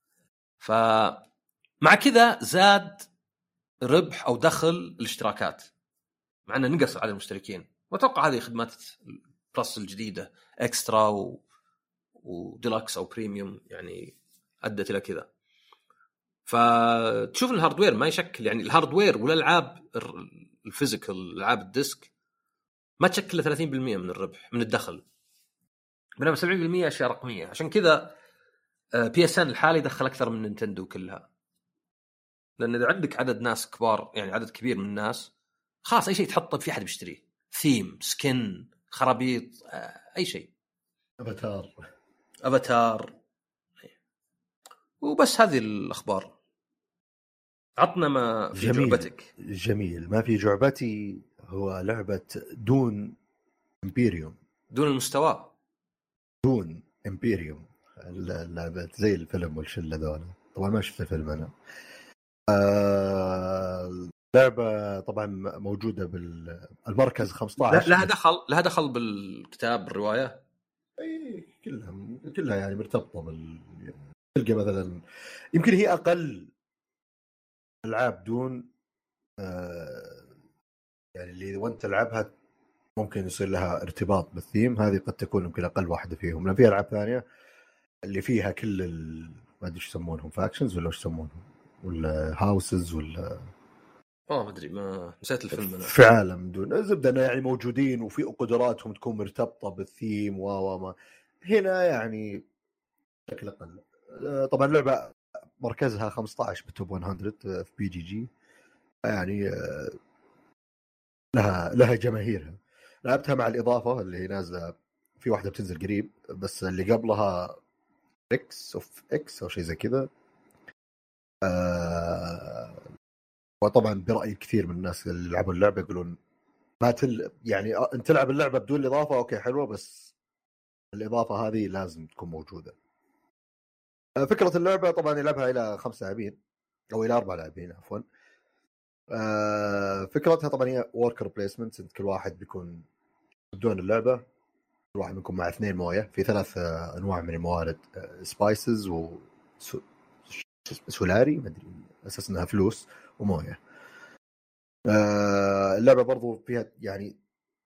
فمع كذا زاد ربح او دخل الاشتراكات مع انه نقص عدد المشتركين. واتوقع هذه خدمات بلس الجديده اكسترا وديلكس او بريميوم يعني ادت الى كذا. فتشوف الهاردوير ما يشكل يعني الهاردوير والالعاب الفيزيكال العاب الديسك ما تشكل 30% من الربح من الدخل، بينما 70% اشياء رقميه. عشان كذا بي اس ان الحالي دخل اكثر من نينتندو كلها، لان اذا عندك عدد ناس كبار يعني عدد كبير من الناس خلاص اي شيء تحطه في احد بيشتريه. ثيم سكن خرابيط اي شيء افاتار وبس. هذه الاخبار. عطنا ما في جعبتك. جميل. ما في جعبتي هو لعبة دون امبيريوم. دون المستوى دون امبيريوم، اللعبة زي الفيلم والشلة ذولا. طبعا ما شفت الفيلم انا. لعبة طبعا موجودة بالمركز 15. لها دخل بالكتاب بالرواية. اي كلها يعني مرتبطة تلقى مثلا يمكن هي اقل العاب دون يعني اللي وانت تلعبها ممكن يصير لها ارتباط بالثيم. هذه قد تكون يمكن اقل واحدة فيهم، لان في العاب ثانية اللي فيها كل ما ادري ايش يسمونهم، فاكشنز ولا ايش يسمونهم، ولا هاوسز ولا ما ادري، ما نسيت الفيلم انا. في عالم دون زبده يعني موجودين وفي قدراتهم تكون مرتبطه بالثيم وما هنا يعني بشكل اقل. طبعا اللعبه مركزها 15 بتوب 100 في بي جي جي، يعني لها جماهيرها. لعبتها مع الاضافه اللي هي نازله في واحده بتنزل قريب، بس اللي قبلها اكس اوف اكس او شيء زي كذا. وطبعا برأي كثير من الناس اللي لعبوا اللعبه يقولون ما يعني انت تلعب اللعبه بدون الاضافه اوكي حلوه، بس الاضافه هذه لازم تكون موجوده. فكره اللعبه طبعا يلعبها الى 5 لاعبين او الى 4 لاعبين عفوا. فكرتها طبعا هي وركر بليسمنت. كل واحد بيكون بدون اللعبه، كل واحد بيكون مع 2 مويه في 3 انواع من الموارد، سبايسز و سولاري ما ادري اساس انها فلوس ومويه. اللعبه برضو فيها يعني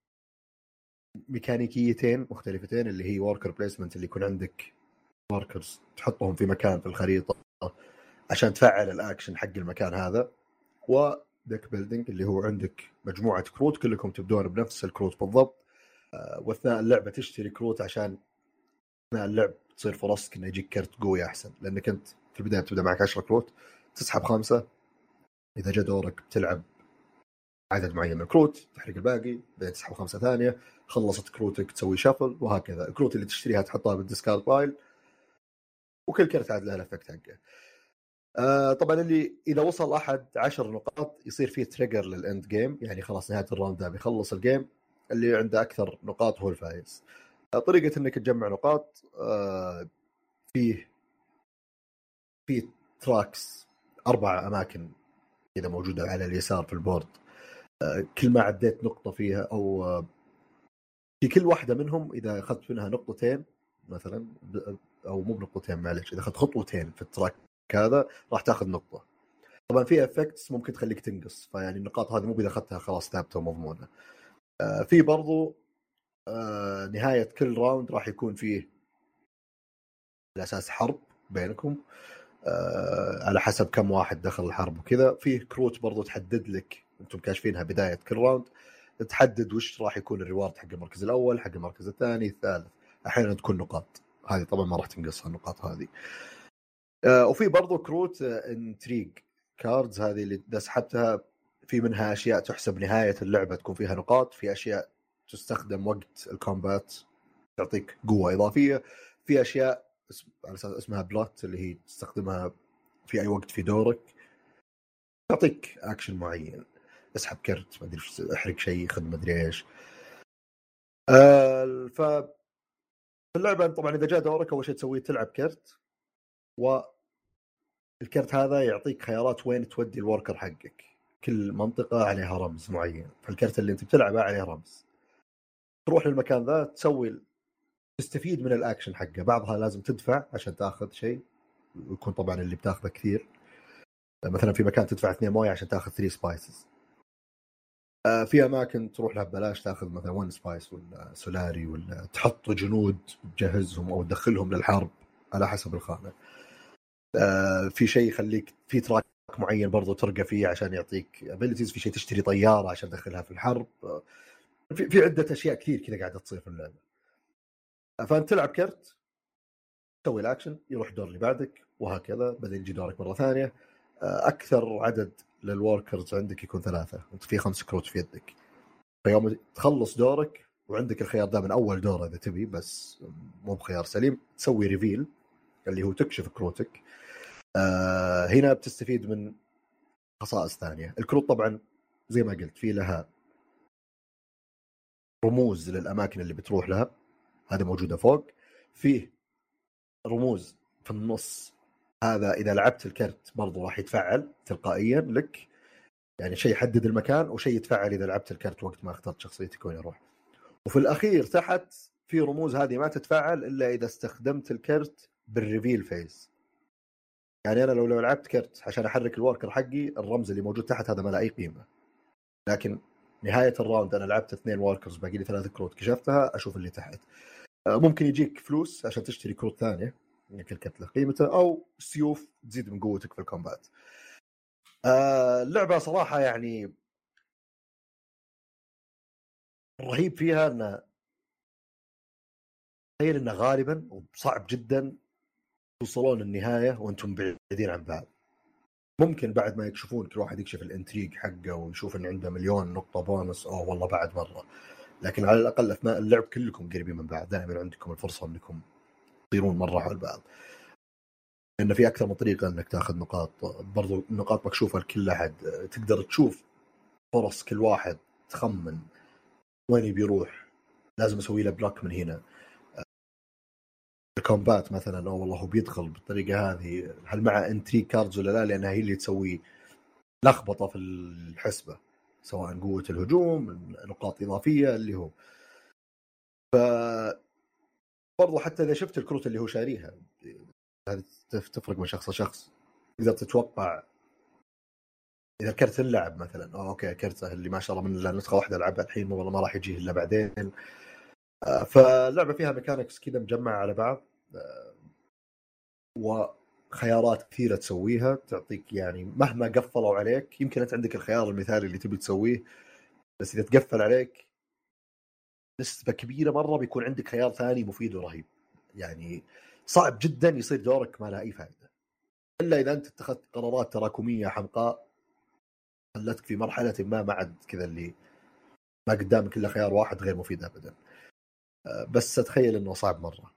ميكانيكيتين مختلفتين، اللي هي وركر بليسمنت اللي يكون عندك وركرز تحطهم في مكان في الخريطه عشان تفعل الاكشن حق المكان هذا، وديك بيلدينج اللي هو عندك مجموعه كروت كلكم تبدون بنفس الكروت بالضبط. واثناء اللعبه تشتري كروت عشان اثناء اللعب تصير فرصك انه يجيك كرت قوي احسن، لانك انت في البدايه بتبدا معك 10 كروت، تسحب 5، اذا جاء دورك بتلعب عدد معين من الكروت تحرق الباقي، بعدين تسحب 5 ثانيه، خلصت كروتك تسوي شافل، وهكذا. الكروت اللي تشتريها تحطها بالديسكارد بايل، وكل كرت عاد له الافكت حقه. طبعا اللي اذا وصل احد 10 نقاط يصير فيه تريجر للاند جيم، يعني خلاص نهايه الراوند ده بيخلص الجيم، اللي عنده اكثر نقاط هو الفائز. طريقه انك تجمع نقاط فيه تراكس 4 أماكن إذا موجودة على اليسار في البورد. كل ما عديت نقطة فيها أو في كل واحدة منهم إذا أخذت منها نقطتين مثلا، أو مو بنقطتين معلش، إذا أخذت خطوتين في التراك هذا راح تأخذ نقطة. طبعا في افكتس ممكن تخليك تنقص، فيعني النقاط هذه مو إذا أخذتها خلاص ثابتة ومضمونة. في برضو نهاية كل راوند راح يكون فيه على أساس حرب بينكم، على حسب كم واحد دخل الحرب وكذا. فيه كروت برضو تحدد لك، انتم كاشفينها بداية كل راوند، تحدد وش راح يكون الريوارد حق المركز الأول، حق المركز الثاني، الثالث. أحيانا تكون نقاط، هذه طبعا ما راح تنقصها النقاط هذه. وفي برضو كروت انتريج كاردز، هذه اللي إذا سحبتها في منها أشياء تحسب نهاية اللعبة تكون فيها نقاط، في أشياء تستخدم وقت الكومبات تعطيك قوة إضافية، في أشياء على أساس اسمها بلوت اللي هي تستخدمها في أي وقت في دورك تعطيك أكشن معين، اسحب كرت ما أدري احرق شيء خذ ما أدري إيش. ف اللعبة طبعا إذا جاء دورك أول شيء تسويه تلعب كرت، والكرت هذا يعطيك خيارات وين تودي الوركر حقك. كل منطقة عليها رمز معين، فالكرت اللي أنت بتلعبه عليه رمز، تروح للمكان ذا تسوي تستفيد من الأكشن حقه. بعضها لازم تدفع عشان تأخذ شيء، ويكون طبعا اللي بتاخذه كثير، مثلا في مكان تدفع 2 موية عشان تاخذ 3 سبايسز. في اماكن تروح لها ببلاش تاخذ مثلا 1 سبايس ولا سولاري، ولا تحط جنود تجهزهم او تدخلهم للحرب على حسب الخانه. في شيء يخليك في تراك معين برضو ترقى فيه عشان يعطيك ابيليتيز، في شيء تشتري طياره عشان تدخلها في الحرب. في عده اشياء كثير كذا قاعده تصير في اللعبه. فانت تلعب كرت تسوي الاكشن، يروح الدور اللي بعدك وهكذا، بعدين يجي دورك مره ثانيه. اكثر عدد للوركرز عندك يكون 3، انت في 5 كروت في يدك. فيوم تخلص دورك وعندك الخيار ده من اول دور اذا تبي، بس مو بخيار سليم، تسوي ريفيل اللي هو تكشف كروتك. هنا بتستفيد من خصائص ثانيه. الكروت طبعا زي ما قلت في لها رموز للاماكن اللي بتروح لها، هذه موجوده فوق. فيه رموز في النص، هذا اذا لعبت الكرت برضو راح يتفعل تلقائيا لك، يعني شيء يحدد المكان وشيء يتفعل اذا لعبت الكرت وقت ما اخترت شخصيتك وين يروح. وفي الاخير تحت في رموز هذه ما تتفعل الا اذا استخدمت الكرت بالريفيل فيز. يعني انا لو لعبت كرت عشان احرك الوركر حقي، الرمز اللي موجود تحت هذا ما له اي قيمه، لكن نهايه الراوند انا لعبت 2 وركرز باقي لي 3 كروت كشفتها، اشوف اللي تحت. ممكن يجيك فلوس عشان تشتري كروت ثانيه يعني كل كرت له قيمته، او سيوف تزيد من قوتك في الكومبات. اللعبه صراحه يعني الرهيب فيها انه تخيل انه غالبا وصعب جدا توصلون النهايه وانتم بعيدين عن بعض. ممكن بعد ما يكشفون كل واحد يكشف الانتريج حقه ويشوف ان عنده 1,000,000 نقطه بونص، والله بعد مره. لكن على الاقل اثناء اللعب كلكم قريبين من بعض، دائما عندكم الفرصه انكم تصيرون مره حول بعض، لان في اكثر من طريقه انك تاخذ نقاط. برضو النقاط مكشوفه لكل احد، تقدر تشوف فرص كل واحد، تخمن وين بيروح، لازم اسوي له بلوك من هنا. الكومبات مثلا والله هو بيدخل بالطريقه هذه، هل مع انتري كاردز ولا لا، لانها هي اللي تسوي لخبطه في الحسبه، سواء قوه الهجوم، نقاط اضافيه اللي هو. ف برضو حتى اذا شفت الكروت اللي هو شاريها، هذه تفرق من شخص لشخص. تقدر تتوقع اذا كرت اللعب مثلا اوكي كرته اللي ما شاء الله من نسخه واحده العبها الحين والله ما راح يجيه الا بعدين. فاللعبه فيها ميكانكس كذا مجمعه على بعض، وخيارات كثيره تسويها تعطيك، يعني مهما قفلوا عليك يمكن انت عندك الخيار المثالي اللي تبي تسويه، بس اذا تقفل عليك نسبه كبيره مره بيكون عندك خيار ثاني مفيد ورهيب. يعني صعب جدا يصير دورك ما له اي فائده، الا اذا انت اتخذت قرارات تراكميه حمقاء خلتك في مرحله ما عاد كذا اللي ما قدامك الا خيار واحد غير مفيد ابدا. بس اتخيل انه صعب مره.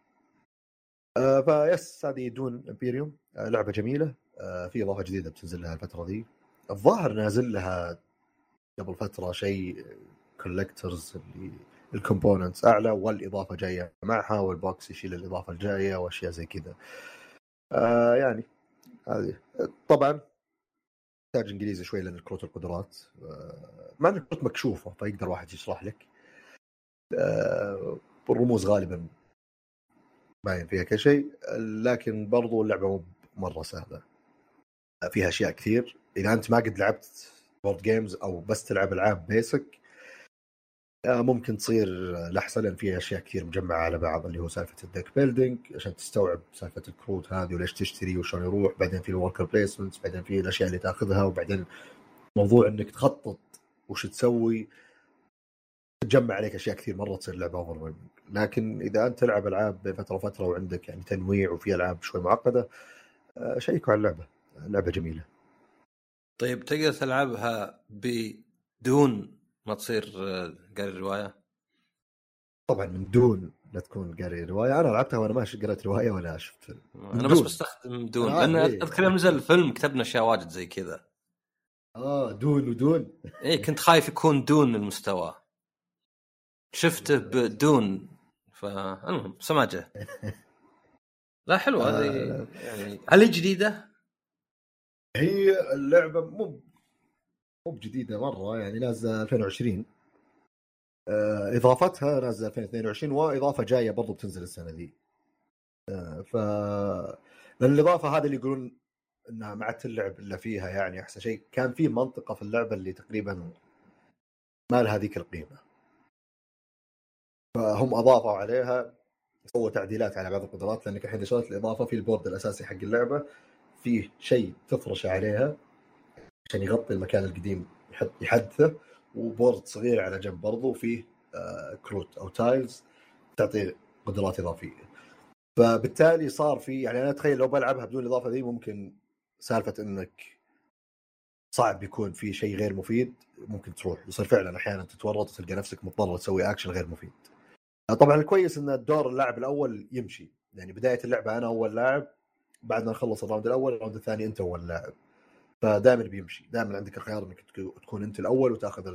فيس هذه دون امبيريوم لعبه جميله. في اضافه جديده بتنزل لها الفتره دي، الظاهر نازل لها قبل فتره شيء كولكترز اللي الكومبوننتس اعلى والاضافه جايه معها، والبوكس يشيل الاضافه الجايه واشياء زي كذا. يعني هذه طبعا تحتاج انجليزي شوي لان الكروت القدرات مع ان الكروت مكشوفه فيقدر واحد يشرح لك. الرموز غالبا باين فيها كشيء، لكن برضو اللعبه مو مره سهله، فيها اشياء كثير. اذا انت ما قد لعبت بورد جيمز او بس تلعب العاب بيسك ممكن تصير لحظه، لان فيها اشياء كثير مجمعه على بعض، اللي هو سالفه الديك بيلدينج عشان تستوعب سالفه الكروت هذه وليش تشتري وشلون يروح، بعدين في الوركر بليسمنتس، بعدين في الاشياء اللي تاخذها، وبعدين موضوع انك تخطط وش تسوي، تجمع عليك اشياء كثير مره تصير لعبه اوفر. لكن اذا انت تلعب العاب بين فتره وفتره وعندك يعني تنويع وفي العاب شوي معقده، شيكوا على اللعبه، لعبه جميله. طيب تقدر تلعبها بدون ما تصير قاري الروايه؟ طبعا من دون لا تكون قاري روايه. انا لعبتها وانا ما قرأت روايه ولا شفت فيلم. انا بس بستخدم دون لان اذكر يوم نزل الفيلم كتبنا اشياء واجد زي كذا. دون ودون. ايه كنت خايف يكون دون المستوى، شفته بدون، فالمهم سماجه. لا حلوه هذه. يعني هل هي جديده؟ هي اللعبه مو بجديده مره، يعني نازله 2020. اضافتها نازله 2022 واضافه جايه برضو بتنزل السنه ذي. ف لان الاضافه هذه اللي يقولون انها ما عاد تلعب الا فيها، يعني احسن شيء كان في منطقه في اللعبه اللي تقريبا ما لها ذيك القيمه، فهم اضافوا عليها، سووا تعديلات على بعض القدرات. لانك الحين شغلت الاضافه في البورد الاساسي حق اللعبه فيه شيء تفرش عليها عشان يغطي المكان القديم يحدثه، وبورد صغير على جنب برضو وفيه كروت او تايلز تعطي قدرات اضافيه. فبالتالي صار في، يعني انا اتخيل لو بلعبها بدون الاضافه ذي ممكن سالفه انك صعب يكون في شيء غير مفيد، ممكن تروح يصير فعلا احيانا تتورط وتلقى نفسك مضطر تسوي اكشن غير مفيد. طبعا الكويس ان الدور اللاعب الاول يمشي، يعني بدايه اللعبه انا اول لاعب، بعد ما نخلص الراوند الاول الراوند الثاني انت اول لاعب، فدائما بيمشي، دائما عندك الخيار انك تكون انت الاول وتاخذ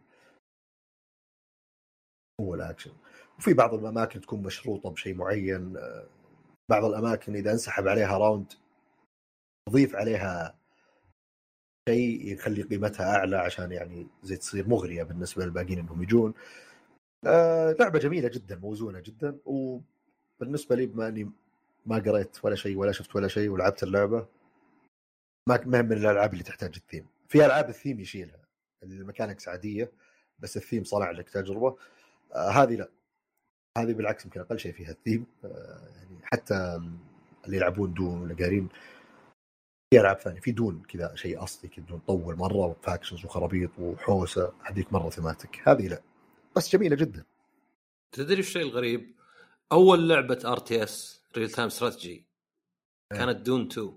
اول اكشن. وفي بعض الاماكن تكون مشروطه بشيء معين، بعض الاماكن اذا انسحب عليها راوند تضيف عليها شيء يخلي قيمتها اعلى عشان يعني زي تصير مغريه بالنسبه للباقيين انهم يجون. لعبه جميله جدا، موزونه جدا. وبالنسبه لي بما اني ما قريت ولا شيء ولا شفت ولا شيء ولعبت اللعبه، ما من الالعاب اللي تحتاج الثيم. في العاب الثيم يشيلها، الميكانكس عاديه بس الثيم صنع لك تجربه. هذه لا، هذه بالعكس يمكن اقل شيء فيها الثيم. يعني حتى اللي يلعبون دون ولا قارين في العاب ثانيه في دون كذا شيء اصلي كذا دون طول مره وفاكشنز وخرابيط وحوسه، هذيك مره ثيماتيك، هذه لا بس جميله جدا. تدري الشيء الغريب؟ اول لعبه ار تي اس ريل تايم استراتيجي كانت دون 2.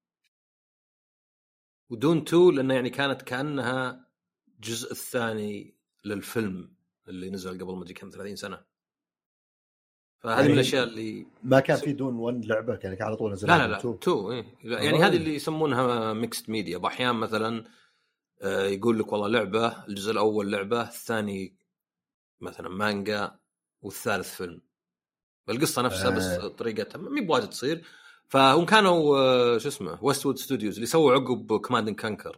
ودون 2 لانه يعني كانت كانها الجزء الثاني للفيلم اللي نزل قبل ما ادري كم 30 سنه. فهذه يعني من الاشياء اللي ما كان في دون 1 لعبه، كان على طول نزل لا 2 إيه. يعني هذه اللي يسمونها ميكست ميديا. باحيان مثلا يقول لك والله لعبه الجزء الاول لعبه، الثاني مثلا مانجا، والثالث فيلم، القصه نفسها بس طريقتها ما بواجد تصير. فهم كانوا شو اسمه ويستوود ستوديوز اللي سووا عقب كوماند اند كانكر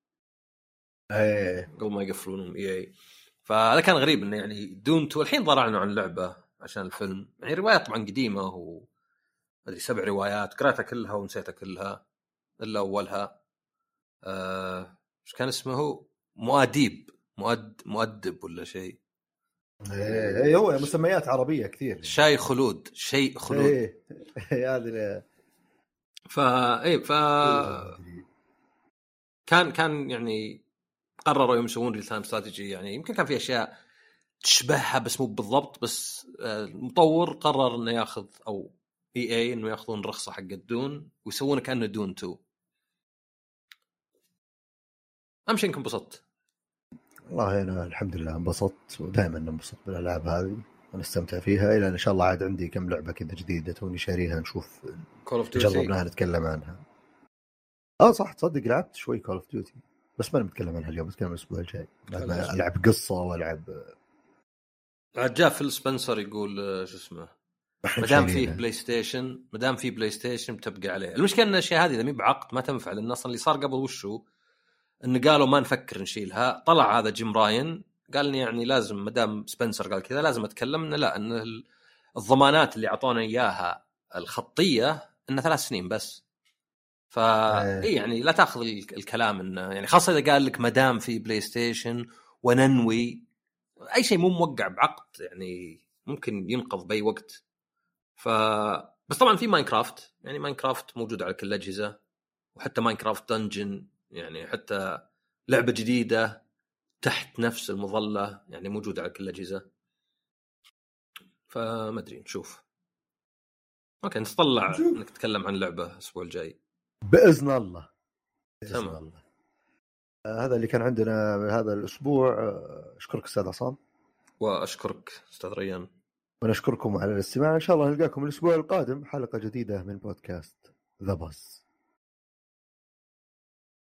قبل ما يقفلونهم اي. فهذا كان غريب انه يعني دون 2 الحين ضرعنا عن لعبه عشان الفيلم. يعني روايات طبعا قديمه، و هذه 7 روايات قرأتها كلها ونسيتها كلها الا اولها. ايش كان اسمه؟ مؤدب ولا شيء. هو مسميات عربيه كثير. شيء خلود. هذا كان يعني قرروا يوم يسوون ريل تايم استراتيجي، يعني يمكن كان في اشياء تشبهها بس مو بالضبط، بس المطور قرر انه ياخذ او اي انه ياخذون رخصه حق الدون ويسوونه كانه دون 2. امشي انكم انبسطت؟ والله انا الحمد لله انبسطت، ودائما انبسط بالالعاب هذه ونستمتع فيها. الى ان شاء الله عاد عندي كم لعبه كذا جديده توني شاريها، نشوف جربناها نتكلم عنها. صح تصدق لعبت شوي كول اوف ديوتي بس ما نتكلم عنها اليوم، نتكلم الاسبوع الجاي بعد ما العب قصه والعب جاء فيل سبنسر يقول شو اسمه مدام فيه بلاي ستيشن بتبقى عليه. المشكله ان الاشياء هذه اذا مي بعقد ما تنفع، لان اصلا اللي صار قبل وشو ان قالوا ما نفكر نشيلها. طلع هذا جيم راين قال لي يعني لازم مدام سبنسر قال كذا لازم اتكلم إن لا، ان الضمانات اللي اعطونا اياها الخطيه انه 3 سنين بس. اي يعني لا تاخذ الكلام انه يعني خاصه اذا قال لك مدام في بلاي ستيشن وننوي اي شيء مو موقع بعقد يعني ممكن ينقض باي وقت. بس طبعا في ماينكرافت، يعني ماينكرافت موجود على كل الاجهزه، وحتى ماينكرافت دنجن يعني حتى لعبه جديده تحت نفس المظله يعني موجوده على كل الاجهزه. فما ادري نشوف. اوكي نتطلع انك تتكلم عن لعبه الاسبوع الجاي باذن الله. تمام. الله. هذا اللي كان عندنا هذا الاسبوع. اشكرك استاذ عصام، واشكرك استاذ ريان، ونشكركم على الاستماع. ان شاء الله نلقاكم الاسبوع القادم حلقه جديده من بودكاست ذا باص.